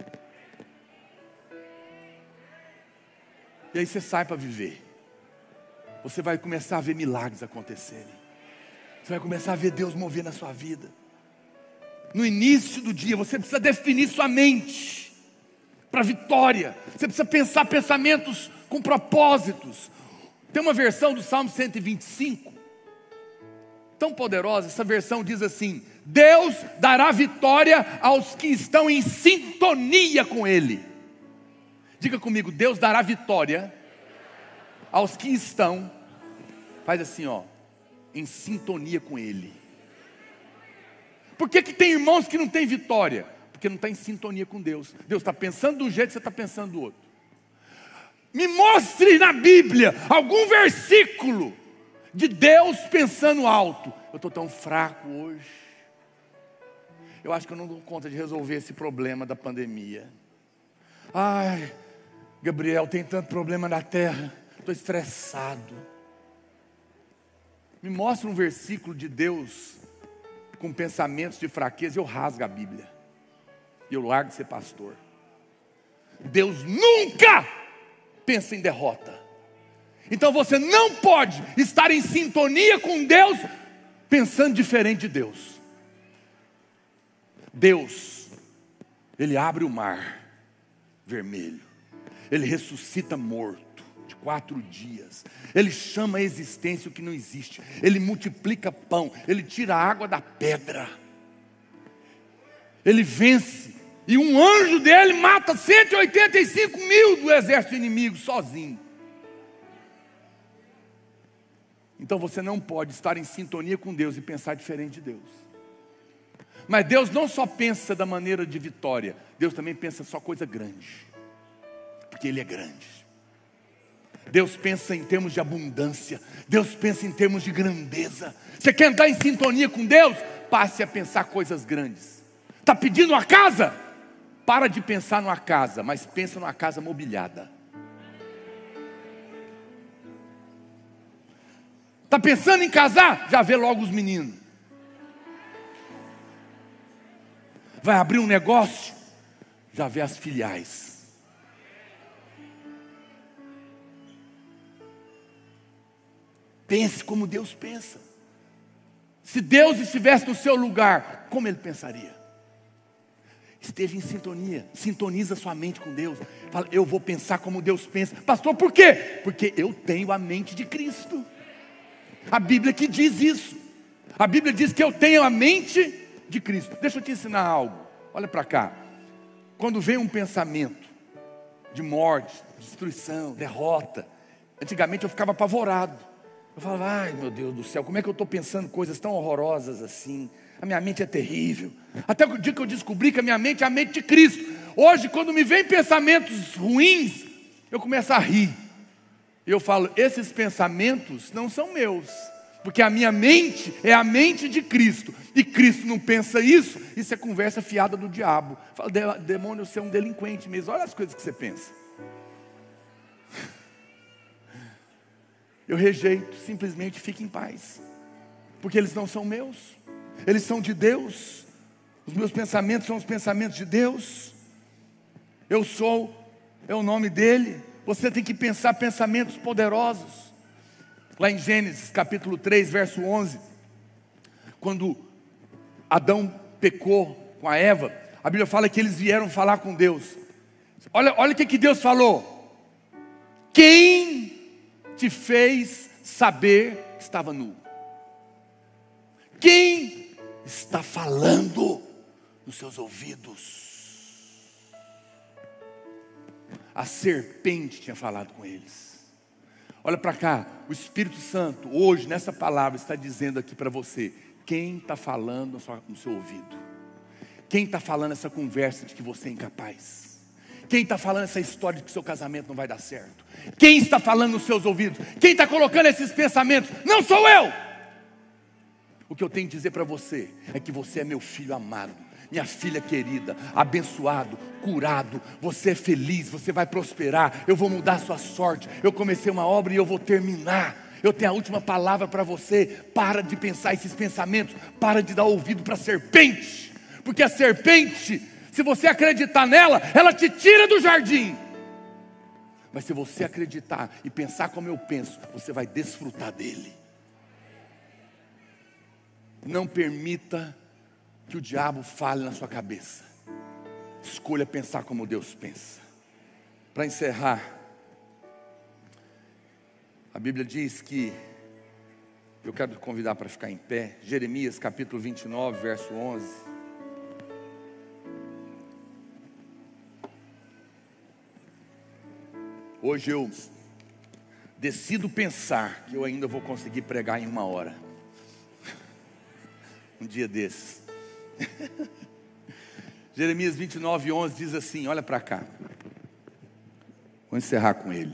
Speaker 1: E aí você sai para viver. Você vai começar a ver milagres acontecerem. Você vai começar a ver Deus mover na sua vida. No início do dia, você precisa definir sua mente. para vitória. Você precisa pensar pensamentos com propósitos. Tem uma versão do Salmo cento e vinte e cinco, tão poderosa. Essa versão diz assim: Deus dará vitória aos que estão em sintonia com Ele. Diga comigo: Deus dará vitória aos que estão, faz assim ó, em sintonia com Ele. Por que que tem irmãos que não têm vitória? Porque não está em sintonia com Deus. Deus está pensando de um jeito, você está pensando do outro. Me mostre na Bíblia algum versículo de Deus pensando alto. Eu estou tão fraco hoje. Eu acho que eu não dou conta de resolver esse problema da pandemia. Ai, Gabriel, tem tanto problema na terra. Estou estressado. Me mostra um versículo de Deus com pensamentos de fraqueza. Eu rasgo a Bíblia e eu largo de ser pastor. Deus nunca pensa em derrota. Então você não pode estar em sintonia com Deus pensando diferente de Deus. Deus, Ele abre o mar vermelho, Ele ressuscita morto de quatro dias, Ele chama a existência o que não existe, Ele multiplica pão, Ele tira a água da pedra, Ele vence. E um anjo dele mata cento e oitenta e cinco mil do exército inimigo sozinho. Então você não pode estar em sintonia com Deus e pensar diferente de Deus. Mas Deus não só pensa da maneira de vitória, Deus também pensa só coisa grande. Porque Ele é grande. Deus pensa em termos de abundância. Deus pensa em termos de grandeza. Você quer entrar em sintonia com Deus? Passe a pensar coisas grandes. Está pedindo uma casa? Para de pensar numa casa, mas pensa numa casa mobiliada. Está pensando em casar? Já vê logo os meninos. Vai abrir um negócio? Já vê as filiais. Pense como Deus pensa. Se Deus estivesse no seu lugar, como Ele pensaria? Esteja em sintonia, sintoniza sua mente com Deus. Fala, eu vou pensar como Deus pensa. Pastor, por quê? Porque eu tenho a mente de Cristo. A Bíblia que diz isso. A Bíblia diz que eu tenho a mente de Cristo. Deixa eu te ensinar algo. Olha para cá. Quando vem um pensamento de morte, destruição, derrota, antigamente eu ficava apavorado. Eu falava, ai meu Deus do céu, como é que eu estou pensando coisas tão horrorosas assim? A minha mente é terrível. Até o dia que eu descobri que a minha mente é a mente de Cristo. Hoje, quando me vem pensamentos ruins, eu começo a rir. E eu falo, esses pensamentos não são meus. Porque a minha mente é a mente de Cristo. E Cristo não pensa isso. Isso é conversa fiada do diabo. Fala, demônio, você é um delinquente mesmo. Olha as coisas que você pensa. Eu rejeito, simplesmente fique em paz. Porque eles não são meus. Eles são de Deus. Os meus pensamentos são os pensamentos de Deus. Eu sou, é o nome dEle. Você tem que pensar pensamentos poderosos. Lá em Gênesis capítulo três, verso onze, quando Adão pecou com a Eva, a Bíblia fala que eles vieram falar com Deus. Olha, olha o que, que Deus falou. Quem te fez saber que estava nu? Quem está falando nos seus ouvidos? A serpente tinha falado com eles. Olha para cá, o Espírito Santo hoje nessa palavra está dizendo aqui para você, quem está falando no seu, no seu ouvido? Quem está falando essa conversa de que você é incapaz? Quem está falando essa história de que seu casamento não vai dar certo? Quem está falando nos seus ouvidos? Quem está colocando esses pensamentos? Não sou eu! O que eu tenho que dizer para você é que você é meu filho amado, minha filha querida, abençoado, curado, você é feliz, você vai prosperar, eu vou mudar a sua sorte, eu comecei uma obra e eu vou terminar, eu tenho a última palavra para você. Para de pensar esses pensamentos, para de dar ouvido para a serpente, porque a serpente, se você acreditar nela, ela te tira do jardim, mas se você acreditar e pensar como eu penso, você vai desfrutar dele. Não permita que o diabo fale na sua cabeça. Escolha pensar como Deus pensa. Para encerrar, a Bíblia diz que, eu quero te convidar para ficar em pé, Jeremias capítulo vinte e nove, verso onze. Hoje eu decido pensar que eu ainda vou conseguir pregar em uma hora. Um dia desses. Jeremias vinte e nove, onze diz assim, olha para cá. Vou encerrar com ele.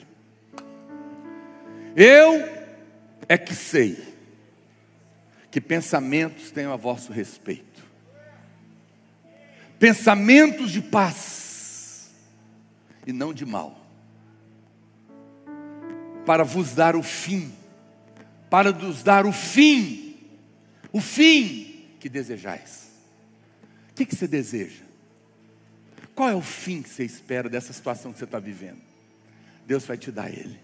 Speaker 1: Eu é que sei que pensamentos tenho a vosso respeito. Pensamentos de paz e não de mal. Para vos dar o fim, para nos dar o fim, o fim que desejais. O que, que você deseja? Qual é o fim que você espera dessa situação que você está vivendo? Deus vai te dar ele.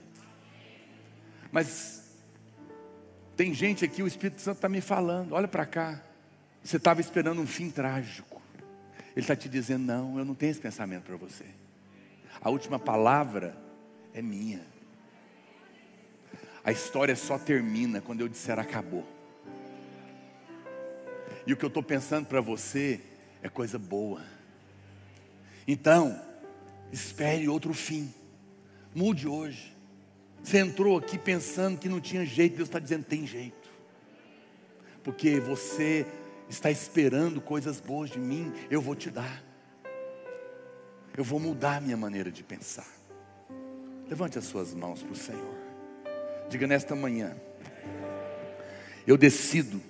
Speaker 1: Mas tem gente aqui, o Espírito Santo está me falando, olha para cá, você estava esperando um fim trágico. Ele está te dizendo, não, eu não tenho esse pensamento para você. A última palavra é minha. A história só termina quando eu disser acabou. E o que eu estou pensando para você é coisa boa. Então, espere outro fim. Mude hoje. Você entrou aqui pensando que não tinha jeito. Deus está dizendo, tem jeito. Porque você está esperando coisas boas de mim. Eu vou te dar. Eu vou mudar a minha maneira de pensar. Levante as suas mãos para o Senhor. Diga nesta manhã, eu decido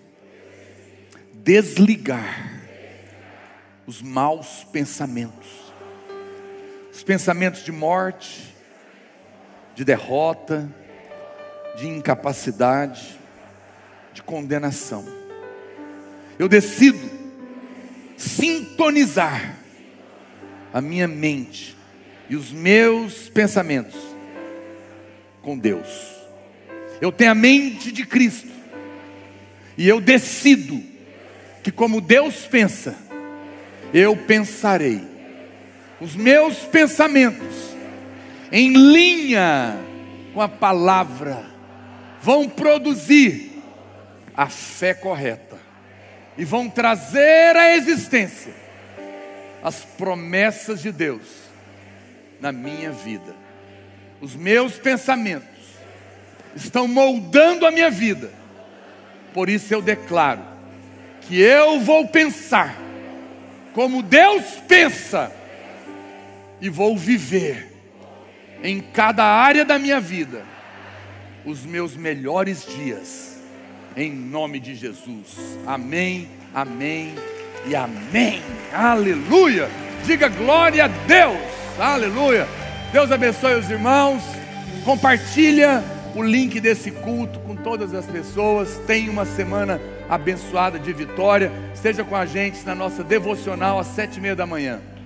Speaker 1: desligar os maus pensamentos, os pensamentos de morte, de derrota, de incapacidade, de condenação. Eu decido sintonizar a minha mente e os meus pensamentos com Deus. Eu tenho a mente de Cristo. E eu decido que como Deus pensa, eu pensarei. Os meus pensamentos, em linha com a palavra, vão produzir a fé correta. E vão trazer à existência as promessas de Deus na minha vida. Os meus pensamentos estão moldando a minha vida. Por isso eu declaro que eu vou pensar como Deus pensa e vou viver em cada área da minha vida os meus melhores dias, em nome de Jesus. Amém, amém e amém. Aleluia. Diga glória a Deus. Aleluia. Deus abençoe os irmãos. Compartilha o link desse culto com todas as pessoas. Tenha uma semana abençoada de vitória. Esteja com a gente na nossa devocional às sete e meia da manhã.